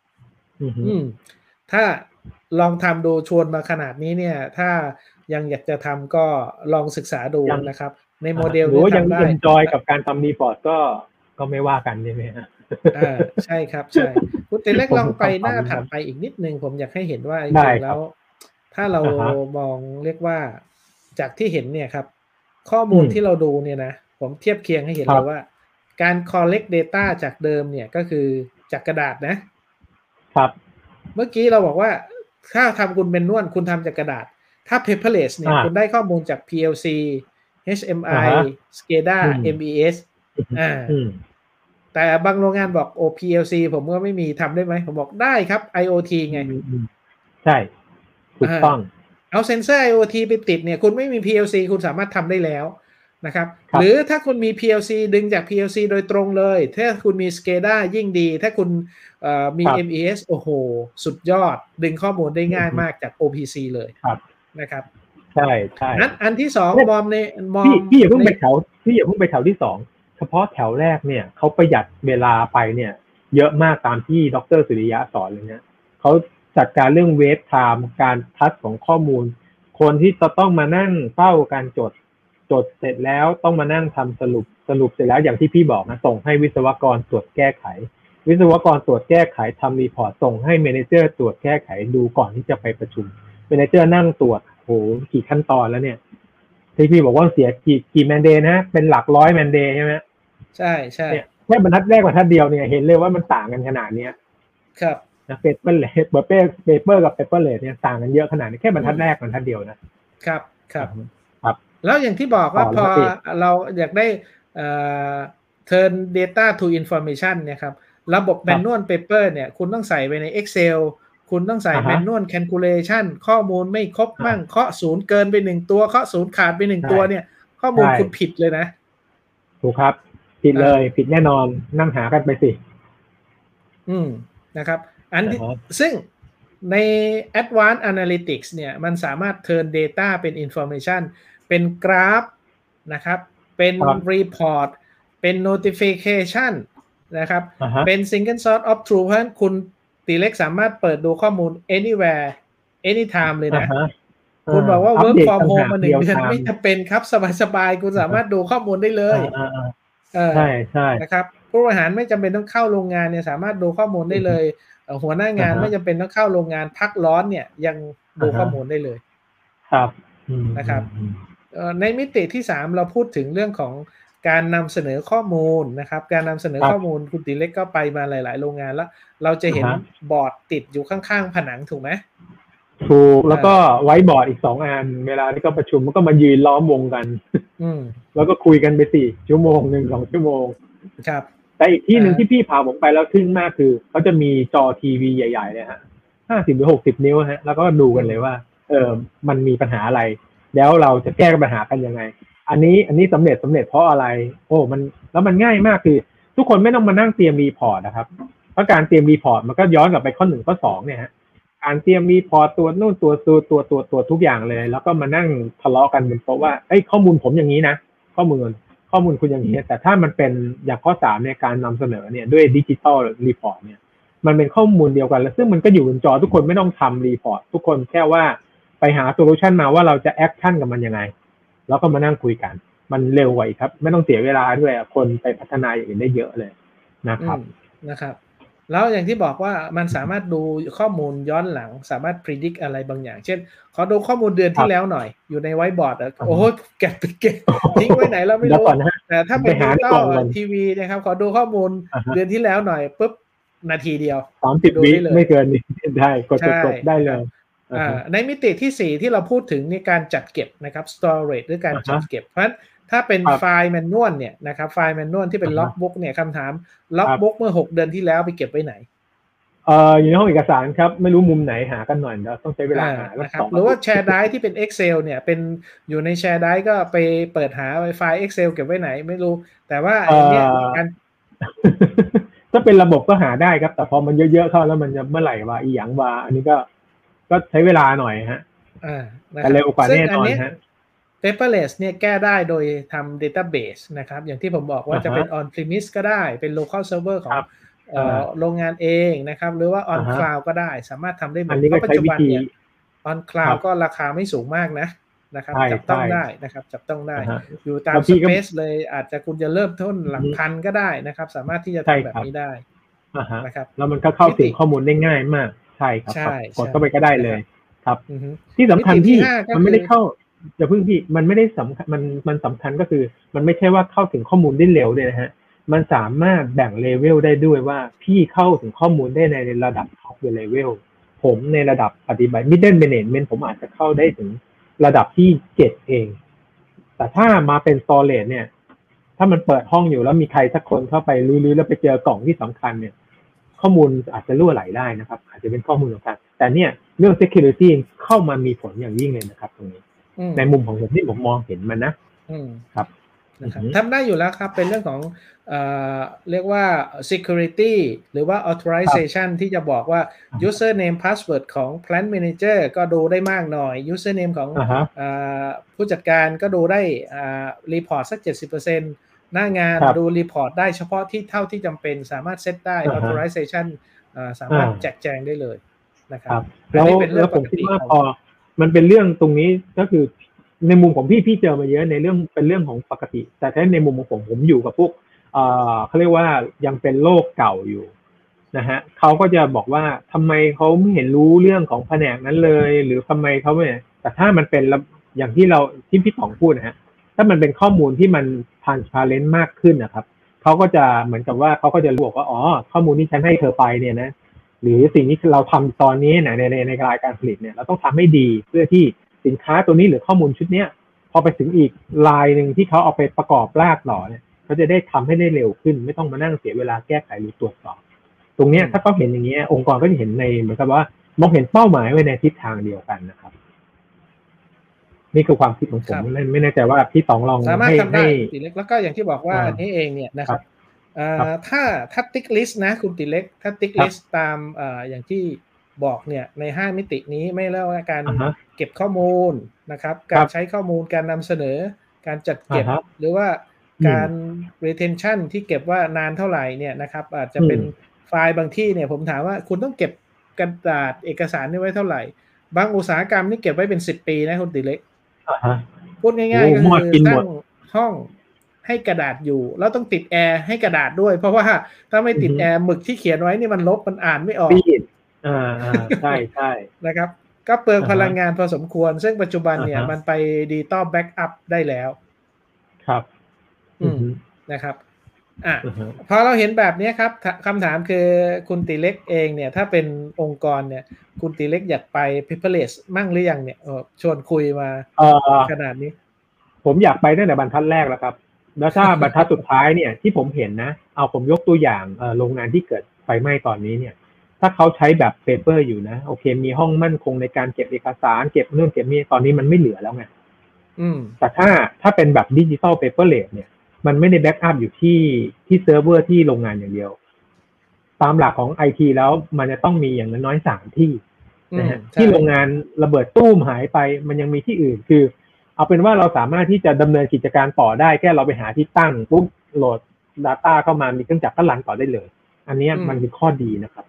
ถ้าลองทำดูชวนมาขนาดนี้เนี่ยถ้ายังอยากจะทำก็ลองศึกษาดูนะครับในโมเดลที่ทำได้ยัง enjoy กับการทำรีพอร์ตก็ไม่ว่ากันใช่ไหมฮะใช่ครับใช่คุณตีเล็กลองไปหน้าถัดไปอีกนิดนึงผมอยากให้เห็นว่าจริงๆแล้วถ้าเรามองเรียกว่าจากที่เห็นเนี่ยครับข้อมูลที่เราดูเนี่ยนะผมเทียบเคียงให้เห็นเลยว่าการ collect data จากเดิมเนี่ยก็คือจากกระดาษนะครับเมื่อกี้เราบอกว่าถ้าทำคุณเป็นนวลคุณทำจากกระดาษถ้า paperless เนี่ยคุณได้ข้อมูลจาก PLC HMI SCADA MES แต่บางโรงงานบอกPLC ผมก็ไม่มีทำได้ไหมผมบอกได้ครับ IoT ไงใช่ถูกต้องเอาเซ็นเซอร์ IoT ไปติดเนี่ยคุณไม่มี PLC คุณสามารถทำได้แล้วนะครับหรือถ้าคุณมี PLC ดึงจาก PLC โดยตรงเลยถ้าคุณมี SCADA ยิ่งดีถ้าคุณมี MES โอ้โหสุดยอดดึงข้อมูลได้ง่ายมากจาก OPC เลยนะครับใช่ใช่อันที่2มองพี่อย่าเพิ่งไปแถวที่2เฉพาะแถวแรกเนี่ยเขาประหยัดเวลาไปเนี่ยเยอะมากตามที่ดร.สุริยะสอนเลยเนี่ยเขาจัดการเรื่องเวฟไทม์การทัชของข้อมูลคนที่จะต้องมานั่งเฝ้าการจดเสร็จแล้วต้องมานั่งทำสรุปเสร็จแล้วอย่างที่พี่บอกนะส่งให้วิศวกรตรวจแก้ไขวิศวกรตรวจแก้ไขทำรีพอร์ตส่งให้เมเนเจอร์ตรวจแก้ไขดูก่อนที่จะไปประชุมเมเนเจอร์นั่งตรวจโหกี่ขั้นตอนแล้วเนี่ยที่พี่บอกว่าเสียกี่แมนเดย์นะเป็นหลักร้อยแมนเดย์ใช่ไหมใช่ใช่เนี่ยแค่บรรทัดแรกบรรทัดเดียวเนี่ยเห็นเลยว่ามันต่างกันขนาดเนี้ยครับนะเปเปอร์เลสเปเปอร์กับเปเปอร์เลสเนี่ยต่างกันเยอะขนาดนี้แค่บรรทัดแรกบรรทัดเดียวนะครับครับแล้วอย่างที่บอกว่าพอเราอยากได้turn data to information เนี่ยครับระบบ manual paper เนี่ยคุณต้องใส่ไปใน Excel คุณต้องใส่ manual calculation ข้อมูลไม่ครบมั่งเคาะศูนย์เกินไป1ตัวเคาะศูนย์ขาดไป1ตัวเนี่ยข้อมูลคุณผิดเลยนะถูกครับผิดเลยผิดแน่นอนนั่งหากันไปสินะครับอันซึ่งใน Advanced Analytics เนี่ยมันสามารถ turn data เป็น information เป็นกราฟนะครับเป็น report เป็น notification นะครับเป็น single source of truth เพราะฉะนั้นคุณตีเล็กสามารถเปิดดูข้อมูล anywhere anytime เลยนะคุณบอกว่า work from home มา1 เดือนไม่จำเป็นครับสบายๆคุณสามารถดูข้อมูลได้เลยใช่ใช่นะครับผู้บริหารไม่จำเป็นต้องเข้าโรงงานเนี่ยสามารถดูข้อมูลได้เลยหัวหน้างานไม่จำเป็นต้องเข้าโรงงานพักร้อนเนี่ยยังดูข้อมูลได้เลยครับนะครับในมิติที่3เราพูดถึงเรื่องของการนำเสนอข้อมูลนะครับการนำเสนอข้อมูลคุณติเล็กก็ไปมาหลายๆโรงงานแล้วเราจะเห็นบอร์ดติดอยู่ข้างๆผนังถูกไหมถูกแล้วก็ไว้บอร์ดอีก2 อันเวลาที่ก็ประชุมมันก็มายืนล้อมวงกันแล้วก็คุยกันไป4 ชั่วโมง 1-2 ชั่วโมงครับแต่อีกที่หนึ่งที่พี่พาผมไปแล้วทึ่งมากคือเขาจะมีจอทีวีใหญ่ๆเลยฮะ50 หรือ 60 นิ้วฮะแล้วก็ดูกันเลยว่ามันมีปัญหาอะไรแล้วเราจะแก้ปัญหากันยังไงอันนี้สำเร็จเพราะอะไรโอ้มันแล้วมันง่ายมากคือทุกคนไม่ต้องมานั่งเตรียมรีพอร์ตนะครับเพราะการเตรียมรีพอร์ตมันก็ย้อนกลับไปข้อ1ข้อ2เนี่ยฮะการเตรียมรีพอร์ตตัวนู่นตัวทุกอย่างเลยแล้วก็มานั่งทะเลาะกันบนโต๊ะว่าข้อมูลผมอย่างนี้นะข้อมูลคุณอย่างนี้แต่ถ้ามันเป็นอย่างข้อ3ในการนำเสนอเนี่ยด้วยดิจิตอลรีพอร์ตเนี่ยมันเป็นข้อมูลเดียวกันแล้วซึ่งมันก็อยู่บนจอทุกคนไม่ต้องทำรีพอร์ตทุกคนแค่ว่าไปหาโซลูชันมาว่าเราจะแอคชั่นกับมันยังไงแล้วก็มานั่งคุยกันมันเร็วกว่าอีกครับไม่ต้องเสียเวลาด้วยคนไปพัฒนาอย่างอื่นได้เยอะเลยนะครับแล้วอย่างที่บอกว่ามันสามารถดูข้อมูลย้อนหลังสามารถ predict อะไรบางอย่างเช่นขอดูข้อมูลเดือนที่แล้วหน่อยอยู่ในไวท์บอร์ดโอ้โหเก็บทิ้งไว้ไหนเราไม่รู้แต่ถ้าเป็นดิจิตอลทีวีนะครับขอดูข้อมูลเดือนที่แล้วหน่อยปุ๊บนาทีเดียว 30 วิไม่เกินนี้ได้กดได้เลยในมิติที่4ที่เราพูดถึงในการจัดเก็บนะครับ storage หรือการจัดเก็บเพราะฉะนั้นถ้าเป็นไฟล์แมนนวลเนี่ยนะครับไฟล์แมนนวลที่เป็นล็อกบุ๊กเนี่ยคำถามล็อกบุ๊กเมื่อ6 เดือนที่แล้วไปเก็บไว้ไหนอยู่ในห้องเอกสารครับไม่รู้มุมไหนหากันหน่อยเดี๋ยวต้องใช้เวลาหาหรือว่าแชร์ไดรฟ์ที่เป็น Excel เนี่ยเป็นอยู่ในแชร์ไดรฟ์ก็ไปเปิดหาไฟล์ Excel เก็บไว้ไหนไม่รู้แต่ว่าเนี่ยการถ้าเป็นระบบก็หาได้ครับแต่พอมันเยอะๆเข้าแล้วมันจะเมื่อไหร่ว่าอีหยังว่าอันนี้ก็ใช้เวลาหน่อยฮะแต่เร็วกว่าแน่นอนฮะ paperless เนี่ยแก้ได้โดยทำ database นะครับอย่างที่ผมบอกว่าจะเป็น on premise ก็ได้เป็น local server ของโรงงานเองนะครับหรือว่า on cloud ก็ได้สามารถทำได้หมดเพราะปัจจุบันเนี่ย on cloud ก็ราคาไม่สูงมากนะครับจับต้องได้นะครับจับต้องได้อยู่ตาม space เลยอาจจะคุณจะเริ่มต้นหลักพันก็ได้นะครับสามารถที่จะทำแบบนี้ได้นะครับแล้วมันก็เข้าถึงข้อมูลได้ง่ายมากใช่ครับกดเข้าไปก็ได้เลยครับที่สำคัญที่มันไม่ได้เข้าอย่าเพิ่งพี่มันไม่ได้สำคัญมันสำคัญก็คือมันไม่ใช่ว่าเข้าถึงข้อมูลได้เร็วเลยนะฮะมันสามารถแบ่งเลเวลได้ด้วยว่าพี่เข้าถึงข้อมูลได้ในระดับ top level ผมในระดับปฏิบัติ middle management ผมอาจจะเข้าได้ถึงระดับที่7เองแต่ถ้ามาเป็น storage เนี่ยถ้ามันเปิดห้องอยู่แล้วมีใครสักคนเข้าไปลื้อแล้วไปเจอกล่องที่สำคัญเนี่ยข้อมูลอาจจะรั่วไหลได้นะครับอาจจะเป็นข้อมูลสำคัญแต่เนี่ยเรื่อง security เข้ามามีผลอย่างยิ่งเลยนะครับตรงนี้ในมุมของผมที่ผมมองเห็นมันนะครับทำได้อยู่แล้วครับเป็นเรื่องของเรียกว่า security หรือว่า authorization ที่จะบอกว่า username password ของ plant manager ก็ดูได้มากหน่อย username ของผู้จัดการก็ดูได้report สัก 70% หน้างานดู report ได้เฉพาะที่เท่าที่จำเป็นสามารถเซตได้ authorization สามารถแจกแจงได้เลยนะครับแล้วผมคิดว่าพอมันเป็นเรื่องตรงนี้ก็คือในมุมของพี่เจอมาเยอะในเรื่องเป็นเรื่องของปกติแต่ถ้าในมุมของผมอยู่กับพวกเขาเรียกว่ายังเป็นโลกเก่าอยู่นะฮะเขาก็จะบอกว่าทำไมเขาไม่เห็นรู้เรื่องของแผนกนั้นเลยหรือทำไมเขาไม่แต่ถ้ามันเป็นอย่างที่พี่ป๋องพูดนะฮะถ้ามันเป็นข้อมูลที่มัน transparent มากขึ้นนะครับเขาก็จะเหมือนกับว่าเขาก็จะรู้ว่าอ๋อข้อมูลที่ฉันให้เธอไปเนี่ยนะหรือสิ่งที่เราทำตอนนี้ในรายการผลิตเนี่ยเราต้องทำให้ดีเพื่อที่สินค้าตัวนี้หรือข้อมูลชุดเนี้ยพอไปถึงอีกลายหนึ่งที่เขาเอาไปประกอบรากต่อเนี่ยเขาจะได้ทำให้ได้เร็วขึ้นไม่ต้องมานั่งเสียเวลาแก้ไขหรือตรวจสอบตรงเนี้ยถ้าเขาเห็นอย่างเงี้ยองค์กรก็จะเห็นในเหมือนกับว่ามองเห็นเป้าหมายไว้ในทิศทางเดียวกันนะครับนี่คือความคิดของผมไม่แน่ใจว่าพี่ต๋องลองสามารถทำได้ติเล็กแล้วก็อย่างที่บอกว่าอันนี้เองเนี่ยนะครับถ้าติ๊กลิสต์นะคุณติเล็กถ้าติ๊กลิสต์ตามอย่างที่บอกเนี่ยใน5มิตินี้ไม่เล่าการเก็บข้อมูลนะครับการใช้ข้อมูลการนำเสนอการจัดเก็บหรือว่าการ retention ที่เก็บว่านานเท่าไหร่เนี่ยนะครับอาจจะเป็นไฟล์บางที่เนี่ยผมถามว่าคุณต้องเก็บกระดาษเอกสารนี่ไว้เท่าไหร่บางอุตสาหกรรมนี่เก็บไว้เป็น10 ปีนะคุณติเล็กพูดง่ายๆก็คือตั้งห้องให้กระดาษอยู่แล้วต้องติดแอร์ให้กระดาษด้วยเพราะว่าถ้าไม่ติดแอร์หมึกที่เขียนไว้นี่มันลบมันอ่านไม่ออกใช่ใช่นะครับก็เปลืองพลังงานพอสมควรซึ่งปัจจุบันเนี่ยมันไปดิจิตอลแบ็กอัพได้แล้วครับนะครับพอเราเห็นแบบนี้ครับคำถามคือคุณติเล็กเองเนี่ยถ้าเป็นองค์กรเนี่ยคุณติเล็กอยากไป paperless มั่งหรือยังเนี่ยชวนคุยมาขนาดนี้ผมอยากไปตั้งแต่บรรทัดแรกแล้วครับแล้วถ้าบรรทัดสุดท้ายเนี่ยที่ผมเห็นนะผมยกตัวอย่างโรงงานที่เกิดไฟไหม้ตอนนี้เนี่ยถ้าเขาใช้แบบเปเปอร์อยู่นะโอเคมีห้องมั่นคงในการเก็บเอกสารเก็บนู่นเก็บนี่ตอนนี้มันไม่เหลือแล้วไงแต่ถ้าเป็นแบบดิจิตอลเปเปอร์เลสเนี่ยมันไม่ได้แบ็กอัพอยู่ที่เซิร์ฟเวอร์ที่โรงงานอย่างเดียวตามหลักของ IT แล้วมันจะต้องมีอย่างน้อย3ที่นะฮะที่โรงงานระเบิดตู้มหายไปมันยังมีที่อื่นคือเอาเป็นว่าเราสามารถที่จะดำเนินกิจการต่อได้แค่เราไปหาที่ตั้งปุ๊บโหลด Data เข้ามามีเครื่องจักรก็รันต่อได้เลยอันนี้มันเป็นข้อดีนะครับ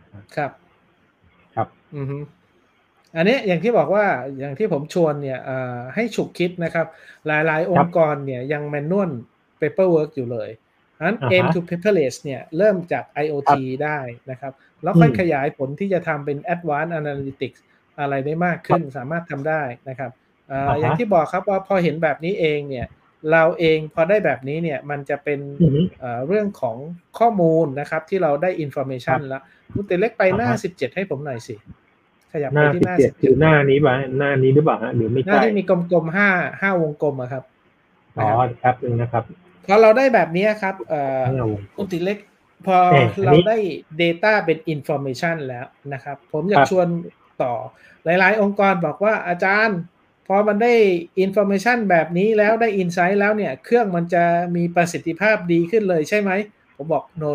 ครับอันนี้อย่างที่บอกว่าอย่างที่ผมชวนเนี่ยให้ฉุกคิดนะครับหลายๆองค์กรเนี่ยยังแมนนวล paperwork อยู่เลยนั้น aim to paperless เนี่ยเริ่มจาก IoT ได้นะครับแล้วค่อยขยายผลที่จะทำเป็น advanced analytics อะไรได้มากขึ้นสามารถทำได้นะครับอย่างที่บอกครับว่าพอเห็นแบบนี้เองเนี่ยเราเองพอได้แบบนี้เนี่ยมันจะเป็นเรื่องของข้อมูลนะครับที่เราได้ information แล้วคุณเตเล็กไปหน้า17ให้ผมหน่อยสิขยับไปที่หน้า 17คือหน้านี้ป่ะหน้านี้หรือเปล่าฮะหรือไม่ใช่หน้าที่มีกลมๆ5วงกลมอะครับแป๊บนึงนะครับพอเราได้แบบนี้ครับคุณติเล็กพอเราได้ data เป็น information แล้วนะครับผมอยากชวนต่อหลายๆองค์กรบอกว่าอาจารย์พอมันได้ information แบบนี้แล้วได้ insight แล้วเนี่ยเครื่องมันจะมีประสิทธิภาพดีขึ้นเลยใช่ไหมผมบอก no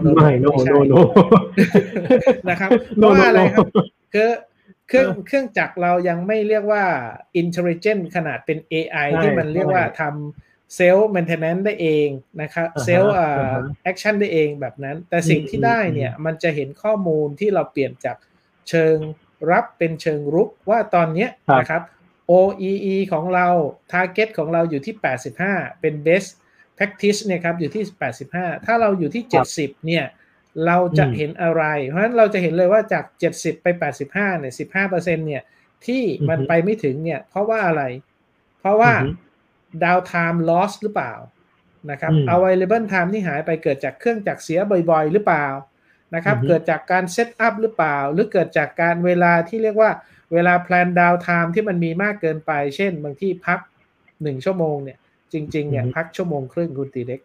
นะครับเพราะอะไรครับคือเครื่องจักรเรายังไม่เรียกว่า intelligent ขนาดเป็น AI ที่มันเรียกว่าทำเซลล์ maintenance ได้เองนะครับเซลล์ action ได้เองแบบนั้นแต่สิ่งที่ได้เนี่ยมันจะเห็นข้อมูลที่เราเปลี่ยนจากเชิงรับเป็นเชิงรุกว่าตอนนี้นะครับ OEE ของเรา target ของเราอยู่ที่85เป็น best practice เนี่ยครับอยู่ที่85ถ้าเราอยู่ที่70เนี่ยเราจะเห็นอะไรเพราะฉะนั้นเราจะเห็นเลยว่าจาก70ไป85เนี่ย 15% เนี่ยที่มันไปไม่ถึงเนี่ยเพราะว่าอะไรเพราะว่า downtime loss หรือเปล่านะครับ available time ที่หายไปเกิดจากเครื่องจักรเสียบ่อยๆหรือเปล่านะครับเกิดจากการเซตอัพหรือเปล่าหรือเกิดจากการเวลาที่เรียกว่าเวลา plan downtime ที่มันมีมากเกินไปเช่นบางที่พัก1ชั่วโมงเนี่ยจริงๆเนี่ยพักชั่วโมงครึ่งคุณตีเล็ก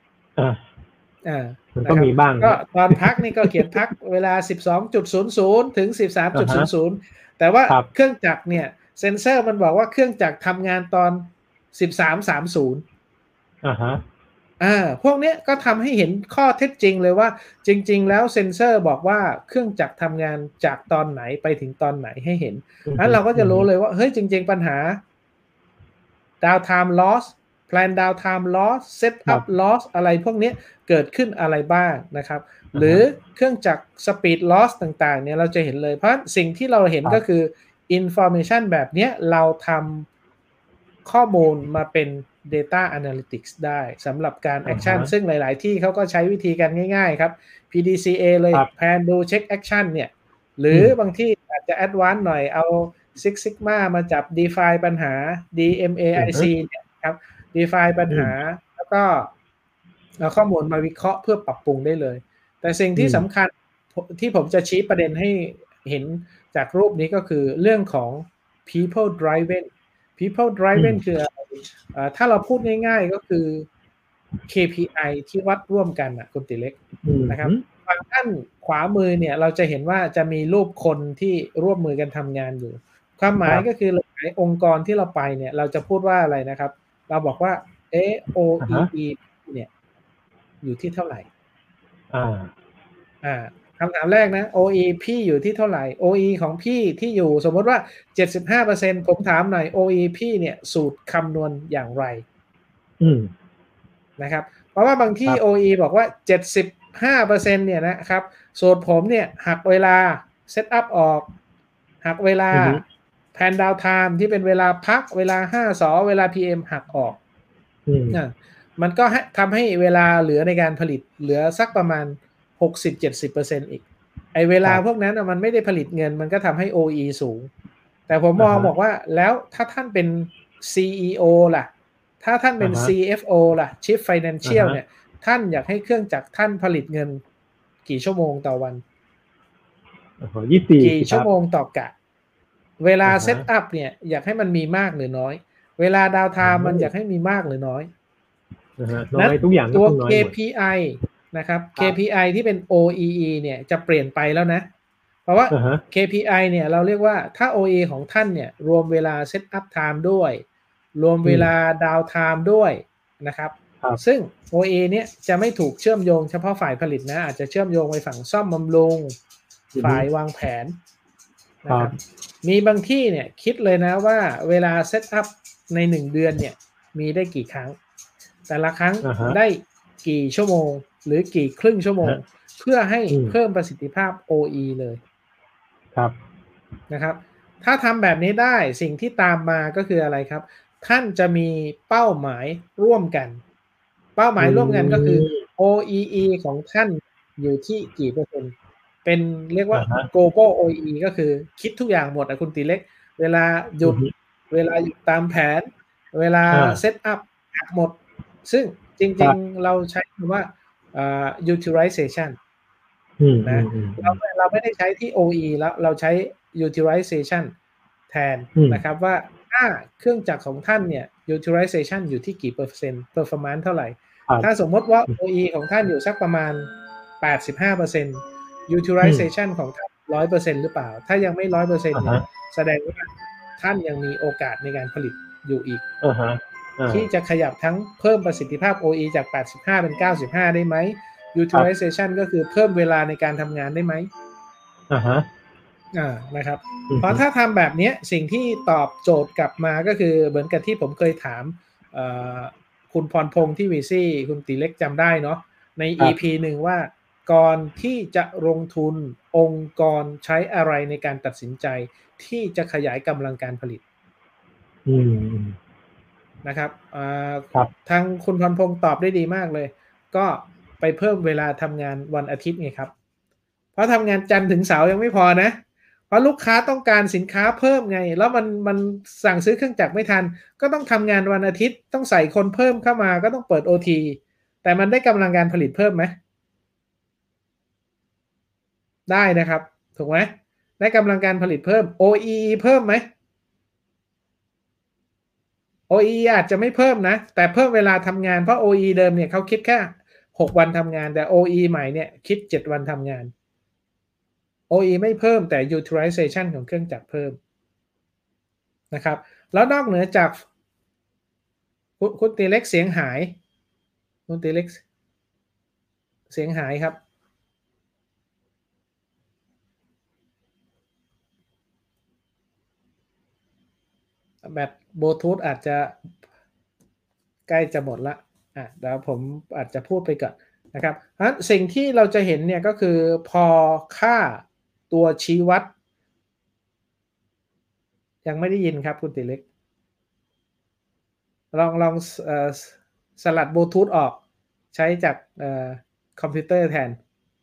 ก็มีบ้างก็ตอนพักนี่ก็เขียนพักเวลา 12.00 ถึง 13.00 แต่ว่าเครื่องจักรเนี่ยเซ็นเซอร์มันบอกว่าเครื่องจักรทำงานตอน 13.30พวกนี้ก็ทำให้เห็นข้อเท็จจริงเลยว่าจริงๆแล้วเซ็นเซอร์บอกว่าเครื่องจักรทำงานจากตอนไหนไปถึงตอนไหนให้เห็นงั้นเราก็จะรู้เลยว่าเฮ้ยจริงๆปัญหา downtime loss plan downtime loss set up loss อะไรพวกนี้เกิดขึ้นอะไรบ้างนะครับหรือเครื่องจักร speed loss ต่างๆเนี่ยเราจะเห็นเลยเพราะสิ่งที่เราเห็นก็คือ information แบบนี้เราทำข้อมูลมาเป็น Data Analytics ได้สำหรับการอ่า Action ฮะซึ่งหลายๆที่เขาก็ใช้วิธีกันง่ายๆครับ PDCA เลยครับ Plan Do Check Action เนี่ยหรือบางที่อาจจะ Advanced หน่อยเอา Six Sigma มาจับ Define ปัญหา DMAIC เนี่ยครับ Define ปัญหาแล้วก็เอาข้อมูลมาวิเคราะห์เพื่อปรับปรุงได้เลยแต่สิ่งที่สำคัญที่ผมจะชี้ประเด็นให้เห็นจากรูปนี้ก็คือเรื่องของ people driven คืออะไรถ้าเราพูดง่ายๆก็คือ KPI ที่วัดร่วมกันนะคุณติเล็กนะครับฝั่งด้านขวามือเนี่ยเราจะเห็นว่าจะมีรูปคนที่ร่วมมือกันทำงานอยู่ความหมายก็คือหลายองค์กรที่เราไปเนี่ยเราจะพูดว่าอะไรนะครับเราบอกว่าOEE เนี่ยอยู่ที่เท่าไหร่คำถามแรกนะ OE พี่อยู่ที่เท่าไหร่ OE ของพี่ที่อยู่สมมติว่า 75% ผมถามหน่อย OE พี่เนี่ยสูตรคำนวณอย่างไรนะครับเพราะว่าบางที่ OE บอกว่า 75% เนี่ยนะครับสูตรผมเนี่ยหักเวลาเซตอัพออกหักเวลาแพนดาวน์ไทม์ที่เป็นเวลาพักเวลา5 สเวลา PM หักออกมันก็ทำให้เวลาเหลือในการผลิตเหลือสักประมาณ 60-70% อีกไอเวลาพวกนั้นมันไม่ได้ผลิตเงินมันก็ทำให้ OE สูงแต่ผมมองบอกว่าแล้วถ้าท่านเป็น CEO ล่ะถ้าท่านเป็น CFO ล่ะ Chief Financial เนี่ยท่านอยากให้เครื่องจักรท่านผลิตเงินกี่ชั่วโมงต่อวันกี่ชั่วโมงต่อกะเวลาเซตอัพเนี่ยอยากให้มันมีมากหรือน้อยเวลาดาวน์ไทม์มันอยากให้มีมากหรือน้อยน้อยทุกอย่างตัว KPI นะครับ KPI ที่เป็น OEE เนี่ยจะเปลี่ยนไปแล้วนะเพราะว่า KPI เนี่ยเราเรียกว่าถ้า OE ของท่านเนี่ยรวมเวลาเซตอัพไทม์ด้วยรวมเวลาดาวน์ไทม์ด้วยนะครับซึ่ง OE เนี่ยจะไม่ถูกเชื่อมโยงเฉพาะฝ่ายผลิตนะอาจจะเชื่อมโยงไปฝั่งซ่อมบำรุงฝ่ายวางแผนนะครับมีบางที่เนี่ยคิดเลยนะว่าเวลาเซตอัพใน1เดือนเนี่ยมีได้กี่ครั้งแต่ละครั้งได้กี่ชั่วโมงหรือกี่ครึ่งชั่วโมงเพื่อให้เพิ่มประสิทธิภาพ OE เลยนะครับถ้าทำแบบนี้ได้สิ่งที่ตามมาก็คืออะไรครับท่านจะมีเป้าหมายร่วมกันเป้าหมายร่วมกันก็คือ OEE ของท่านอยู่ที่กี่เปอร์เซ็นต์เป็นเรียกว่า global OEE ก็คือคิดทุกอย่างหมดคุณตีเล็กเวลาหยุดตามแผนเวลาเซตอัพหมดซึ่งจริงๆเราใช้คำว่าutilization นะเราไม่ได้ใช้ที่ OE แล้วเราใช้ utilization แทนนะครับว่าถ้าเครื่องจักรของท่านเนี่ย utilization อยู่ที่กี่เปอร์เซ็นต์ performance เท่าไหร่ถ้าสมมติว่า OE ของท่านอยู่สักประมาณ 85% utilization ของท่าน 100% หรือเปล่าถ้ายังไม่ 100% เนี่ยแสดงว่าท่านยังมีโอกาสในการผลิตอยู่อีกที่จะขยับทั้งเพิ่มประสิทธิภาพ OE จาก85เป็น95ได้ไหมutilization ก็คือเพิ่มเวลาในการทำงานได้ไหมนะครับเพราะถ้าทำแบบนี้สิ่งที่ตอบโจทย์กลับมาก็คือเหมือนกับที่ผมเคยถามคุณพรพงษ์ที่วีซี่คุณตีเล็กจำได้เนาะใน EP หนึ่งว่าก่อนที่จะลงทุนองค์กรใช้อะไรในการตัดสินใจที่จะขยายกำลังการผลิตนะครับทางคุณพรพงษ์ตอบได้ดีมากเลยก็ไปเพิ่มเวลาทำงานวันอาทิตย์ไงครับเพราะทำงานจันทร์ถึงเสาร์ยังไม่พอนะเพราะลูกค้าต้องการสินค้าเพิ่มไงแล้วมันสั่งซื้อเครื่องจักรไม่ทันก็ต้องทำงานวันอาทิตย์ต้องใส่คนเพิ่มเข้ามาก็ต้องเปิด OT แต่มันได้กำลังการผลิตเพิ่มไหมได้นะครับถูกไหมได้กำลังการผลิตเพิ่ม OEE เพิ่มไหม OE อาจจะไม่เพิ่มนะแต่เพิ่มเวลาทำงานเพราะ OE เดิมเนี่ยเขาคิดแค่6 วันทำงานแต่ OE ใหม่เนี่ยคิด7 วันทำงาน OE ไม่เพิ่มแต่ utilization ของเครื่องจักรเพิ่มนะครับแล้วนอกเหนือจากคุณตีเล็กเสียงหายคุณตีเล็กเสียงหายครับแบตบลูทูธอาจจะใกล้จะหมดละเดี๋ยวผมอาจจะพูดไปก่อนนะครับเพราะสิ่งที่เราจะเห็นเนี่ยก็คือพอค่าตัวชี้วัดยังไม่ได้ยินครับคุณติเล็กลองสลัดบลูทูธออกใช้จากคอมพิวเตอร์แทน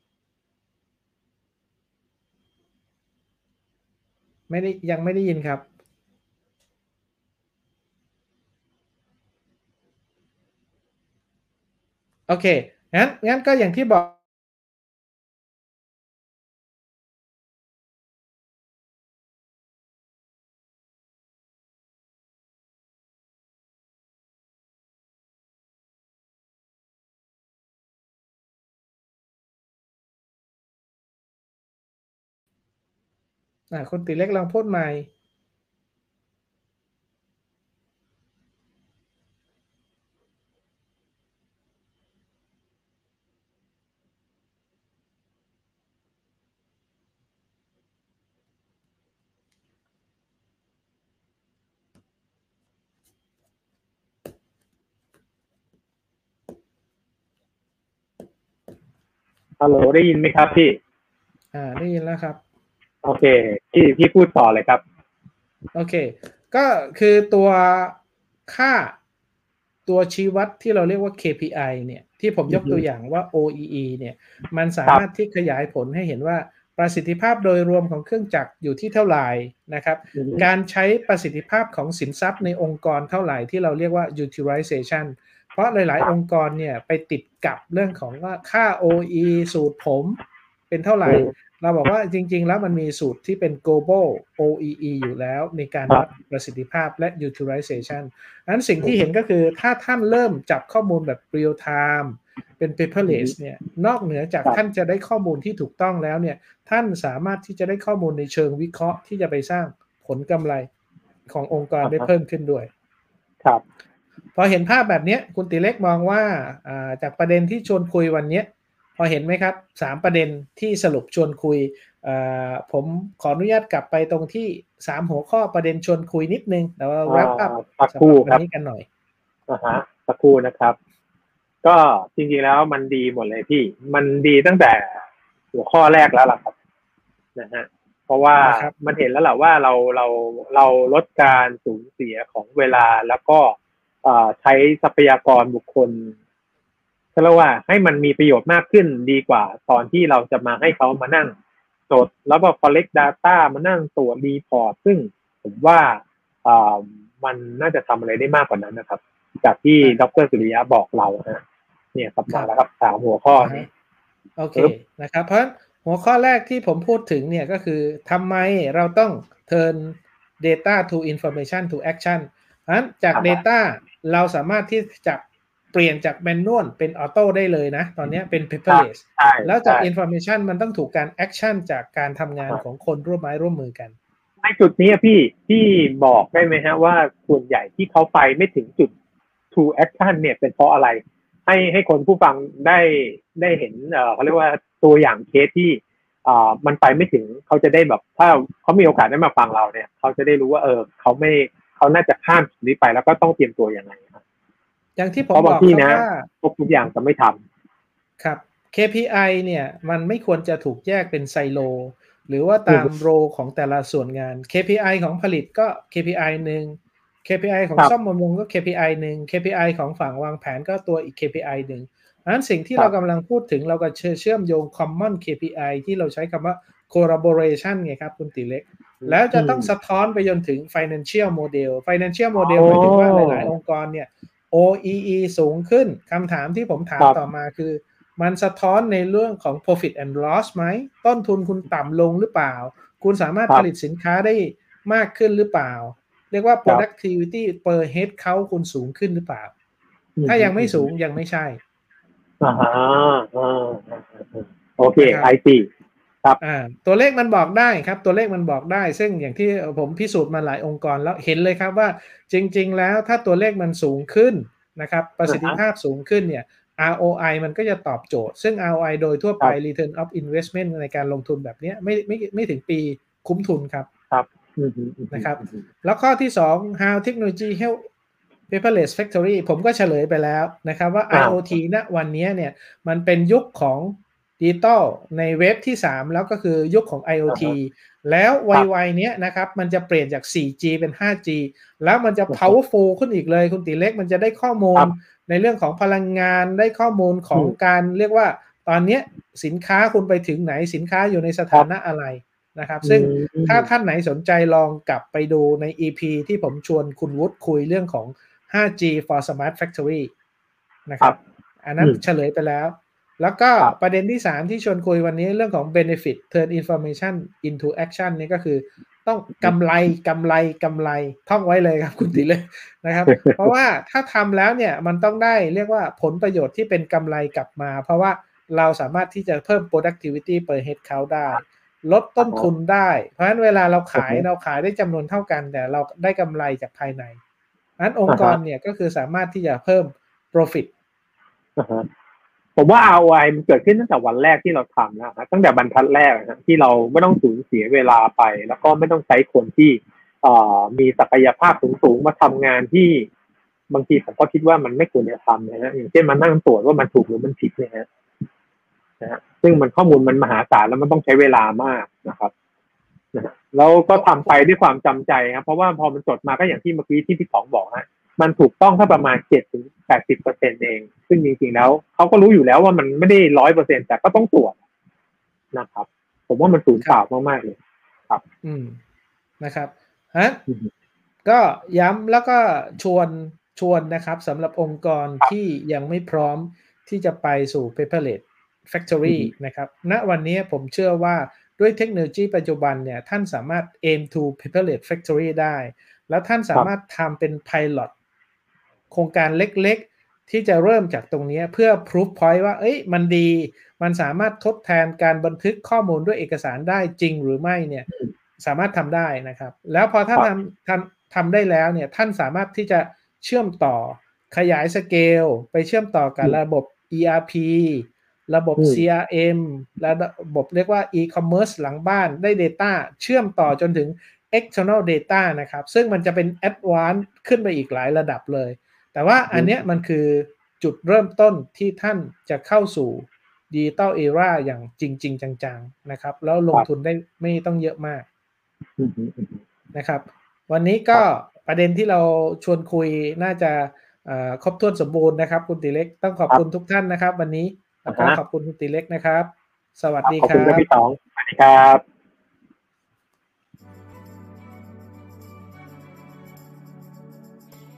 ยังไม่ได้ยินครับโอเคงั้นก็อย่างที่บอกคุณติเล็กลองพูดใหม่ฮัลโหลได้ยินไหมครับพี่ได้ยินแล้วครับโอเคพี่พูดต่อเลยครับโอเคก็คือตัวค่าตัวชี้วัดที่เราเรียกว่า KPI เนี่ยที่ผมยกตัวอย่างว่า OEE เนี่ยมันสามารถที่ขยายผลให้เห็นว่าประสิทธิภาพโดยรวมของเครื่องจักรอยู่ที่เท่าไหร่นะครับการใช้ประสิทธิภาพของสินทรัพย์ในองค์กรเท่าไหร่ที่เราเรียกว่า utilization เพราะหลายๆองค์กรเนี่ยไปติดกับเรื่องของว่าค่า OE สูตรผมเป็นเท่าไหร่เราบอกว่าจริงๆแล้วมันมีสูตรที่เป็น global OEE อยู่แล้วในการวัดประสิทธิภาพและ utilization นั้นสิ่งที่เห็นก็คือถ้าท่านเริ่มจับข้อมูลแบบ real time เป็น paperless เนี่ยนอกเหนือจากท่านจะได้ข้อมูลที่ถูกต้องแล้วเนี่ยท่านสามารถที่จะได้ข้อมูลในเชิงวิเคราะห์ที่จะไปสร้างผลกำไรขององค์กรได้เพิ่มขึ้นด้วยครับพอเห็นภาพแบบนี้คุณติเล็กมองว่าจากประเด็นที่ชวนคุยวันนี้พอเห็นไหมครับ3ประเด็นที่สรุปชวนคุยผมขออนุญาตกลับไปตรงที่3หัวข้อประเด็นชวนคุยนิดนึงแล้วเรา wrap up สักครู่ครับนี้กันหน่อยสักครู่นะครับก็จริงๆแล้วมันดีหมดเลยพี่มันดีตั้งแต่หัวข้อแรกแล้วล่ะครับนะฮะเพราะว่ามันเห็นแล้วแหละว่าเราลดการสูญเสียของเวลาแล้วก็ใช้ทรัพยากรบุคคลก็เรียกว่าให้มันมีประโยชน์มากขึ้นดีกว่าตอนที่เราจะมาให้เขามานั่งจดแล้วก็ collect data มานั่งตรวจรีพอร์ตซึ่งผมว่ามันน่าจะทำอะไรได้มากกว่านั้นนะครับจากที่ดร.สุริยะบอกเรานะเนี่ยครับมาแล้วครับ3หัวข้อนี้โอเคนะครับเพราะหัวข้อแรกที่ผมพูดถึงเนี่ยก็คือทำไมเราต้อง turn data to information to action นั้นจาก data เราสามารถที่จะเปลี่ยนจาก manual เป็น auto ได้เลยนะตอนนี้เป็น paperless แล้วจาก information มันต้องถูกการ action จากการทำงานของคนร่วมไม้ร่วมมือกันในจุดนี้พี่บอกได้ไหมฮะว่าส่วนใหญ่ที่เขาไปไม่ถึงจุด to action เนี่ยเป็นเพราะอะไรให้คนผู้ฟังได้เห็นเขาเรียกว่าตัวอย่างเคสที่มันไปไม่ถึงเขาจะได้แบบถ้าเขามีโอกาสได้มาฟังเราเนี่ยเขาจะได้รู้ว่าเขาน่าจะข้ามจุดนี้ไปแล้วก็ต้องเตรียมตัวยังไงครับอย่างที่ผมบอกครับว่าทุกอย่างจะไม่ทำครับ KPI เนี่ยมันไม่ควรจะถูกแยกเป็นไซโลหรือว่าตามโรของแต่ละส่วนงาน KPI ของผลิตก็ KPI หนึ่ง KPI ของซ่อมบำรุงก็ KPI หนึ่ง KPI ของฝั่งวางแผนก็ตัวอีก KPI หนึ่งนั้นสิ่งที่เรากำลังพูดถึงเราก็เชื่อมโยง common KPI ที่เราใช้คำว่า collaboration ไงครับคุณติเล็กแล้วจะต้องสะท้อนไปจนถึง financial model หมายถึงว่าหลายๆองค์กรเนี่ย OEE สูงขึ้นคำถามที่ผมถามต่อมาคือมันสะท้อนในเรื่องของ profit and loss ไหมต้นทุนคุณต่ำลงหรือเปล่าคุณสามารถผลิตสินค้าได้มากขึ้นหรือเปล่าเรียกว่า productivity per head count คุณสูงขึ้นหรือเปล่าถ้ายังไม่สูงยังไม่ใช่โอเค IT ครับตัวเลขมันบอกได้ครับตัวเลขมันบอกได้ซึ่งอย่างที่ผมพิสูจน์มาหลายองค์กรแล้วเห็นเลยครับว่าจริงๆแล้วถ้าตัวเลขมันสูงขึ้นนะครับประสิทธิภาพสูงขึ้นเนี่ย ROI มันก็จะตอบโจทย์ซึ่ง ROI โดยทั่วไป Return of Investment ในการลงทุนแบบนี้ไม่ถึงปีคุ้มทุนครับนะครับแล้วข้อที่2 How Technology Help Paperless Factory ผมก็เฉลยไปแล้วนะครับว่า IoT ณวันนี้เนี่ยมันเป็นยุคของดิจิตอลในเว็บที่3แล้วก็คือยุคของ IoT แล้ววัยเนี้ยนะครับมันจะเปลี่ยนจาก 4G เป็น 5G แล้วมันจะ powerful ขึ้นอีกเลยคุณติเล็กมันจะได้ข้อมูลในเรื่องของพลังงานได้ข้อมูลของการเรียกว่าตอนนี้สินค้าคุณไปถึงไหนสินค้าอยู่ในสถานะอะไรนะครับซึ่งถ้าท่านไหนสนใจลองกลับไปดูใน EP ที่ผมชวนคุณวุฒิคุยเรื่องของ 5G for Smart Factory นะครับอันนั้นเฉลยไปแล้วก็ประเด็นที่3ที่ชวนคุยวันนี้เรื่องของ benefit turn information into action นี่ก็คือต้องกำไรท่องไว้เลยครับคุณติเลยนะครับ เพราะว่าถ้าทำแล้วเนี่ยมันต้องได้เรียกว่าผลประโยชน์ที่เป็นกำไรกลับมาเพราะว่าเราสามารถที่จะเพิ่ม productivity per head count ได้ลดต้นทุนได้เพราะฉะนั้นเวลาเราขายได้จำนวนเท่ากันแต่เราได้กำไรจากภายในนั้นองค์กรเนี่ยก็คือสามารถที่จะเพิ่ม profit ผมว่า ROI มันเกิดขึ้นตั้งแต่วันแรกที่เราทำนะตั้งแต่บรรทัดแรกนะที่เราไม่ต้องสูญเสียเวลาไปแล้วก็ไม่ต้องใช้คนที่มีศักยภาพสูงๆมาทำงานที่บางทีผมก็คิดว่ามันไม่ควรจะทำนะอย่างเช่นมานั่งตรวจว่ามันถูกหรือมันผิดนะฮะซึ่งมันข้อมูลมันมหาศาลแล้วมันต้องใช้เวลามากนะครับแล้วก็ทำไปด้วยความจำใจครับเพราะว่าพอมันจดมาก็อย่างที่เมื่อกี้ที่พี่ป๋องบอกฮะมันถูกต้องแค่ประมาณ 7-80% เองซึ่งจริงๆแล้วเขาก็รู้อยู่แล้วว่ามันไม่ได้ 100% แต่ก็ต้องตรวจนะครับผมว่ามันสูญเปล่ามากๆเลยครับนะครับฮะก็ย้ำแล้วก็ชวนนะครับสำหรับองค์กรที่ยังไม่พร้อมที่จะไปสู่ paperless factory นะครับณวันนี้ผมเชื่อว่าด้วยเทคโนโลยีปัจจุบันเนี่ยท่านสามารถ aim to paperless factory ได้แล้วท่านสามารถทำเป็น pilot โครงการเล็กๆที่จะเริ่มจากตรงนี้เพื่อ proof point ว่ามันดีมันสามารถทดแทนการบันทึกข้อมูลด้วยเอกสารได้จริงหรือไม่เนี่ยสามารถทำได้นะครับแล้วพอท่านทำได้แล้วเนี่ยท่านสามารถที่จะเชื่อมต่อขยายสเกลไปเชื่อมต่อกับระบบ ERP ระบบ CRM และระบบเรียกว่า e-commerce หลังบ้านได้ data เชื่อมต่อจนถึง external data นะครับซึ่งมันจะเป็น advanced ขึ้นไปอีกหลายระดับเลยแต่ว่าอันเนี้ยมันคือจุดเริ่มต้นที่ท่านจะเข้าสู่ Digital Era อย่างจริงๆจังๆนะครับแล้วลงทุนได้ไม่ต้องเยอะมากนะครับวันนี้ก็ประเด็นที่เราชวนคุยน่าจะครบถ้วนสมบูรณ์นะครับคุณติเล็กต้องขอบคุณทุกท่านนะครับวันนี้แล้วก็ขอบคุณคุณติเล็กนะครับสวัสดีครับขอบคุณครับพี่ต๋องสวัสดีครับ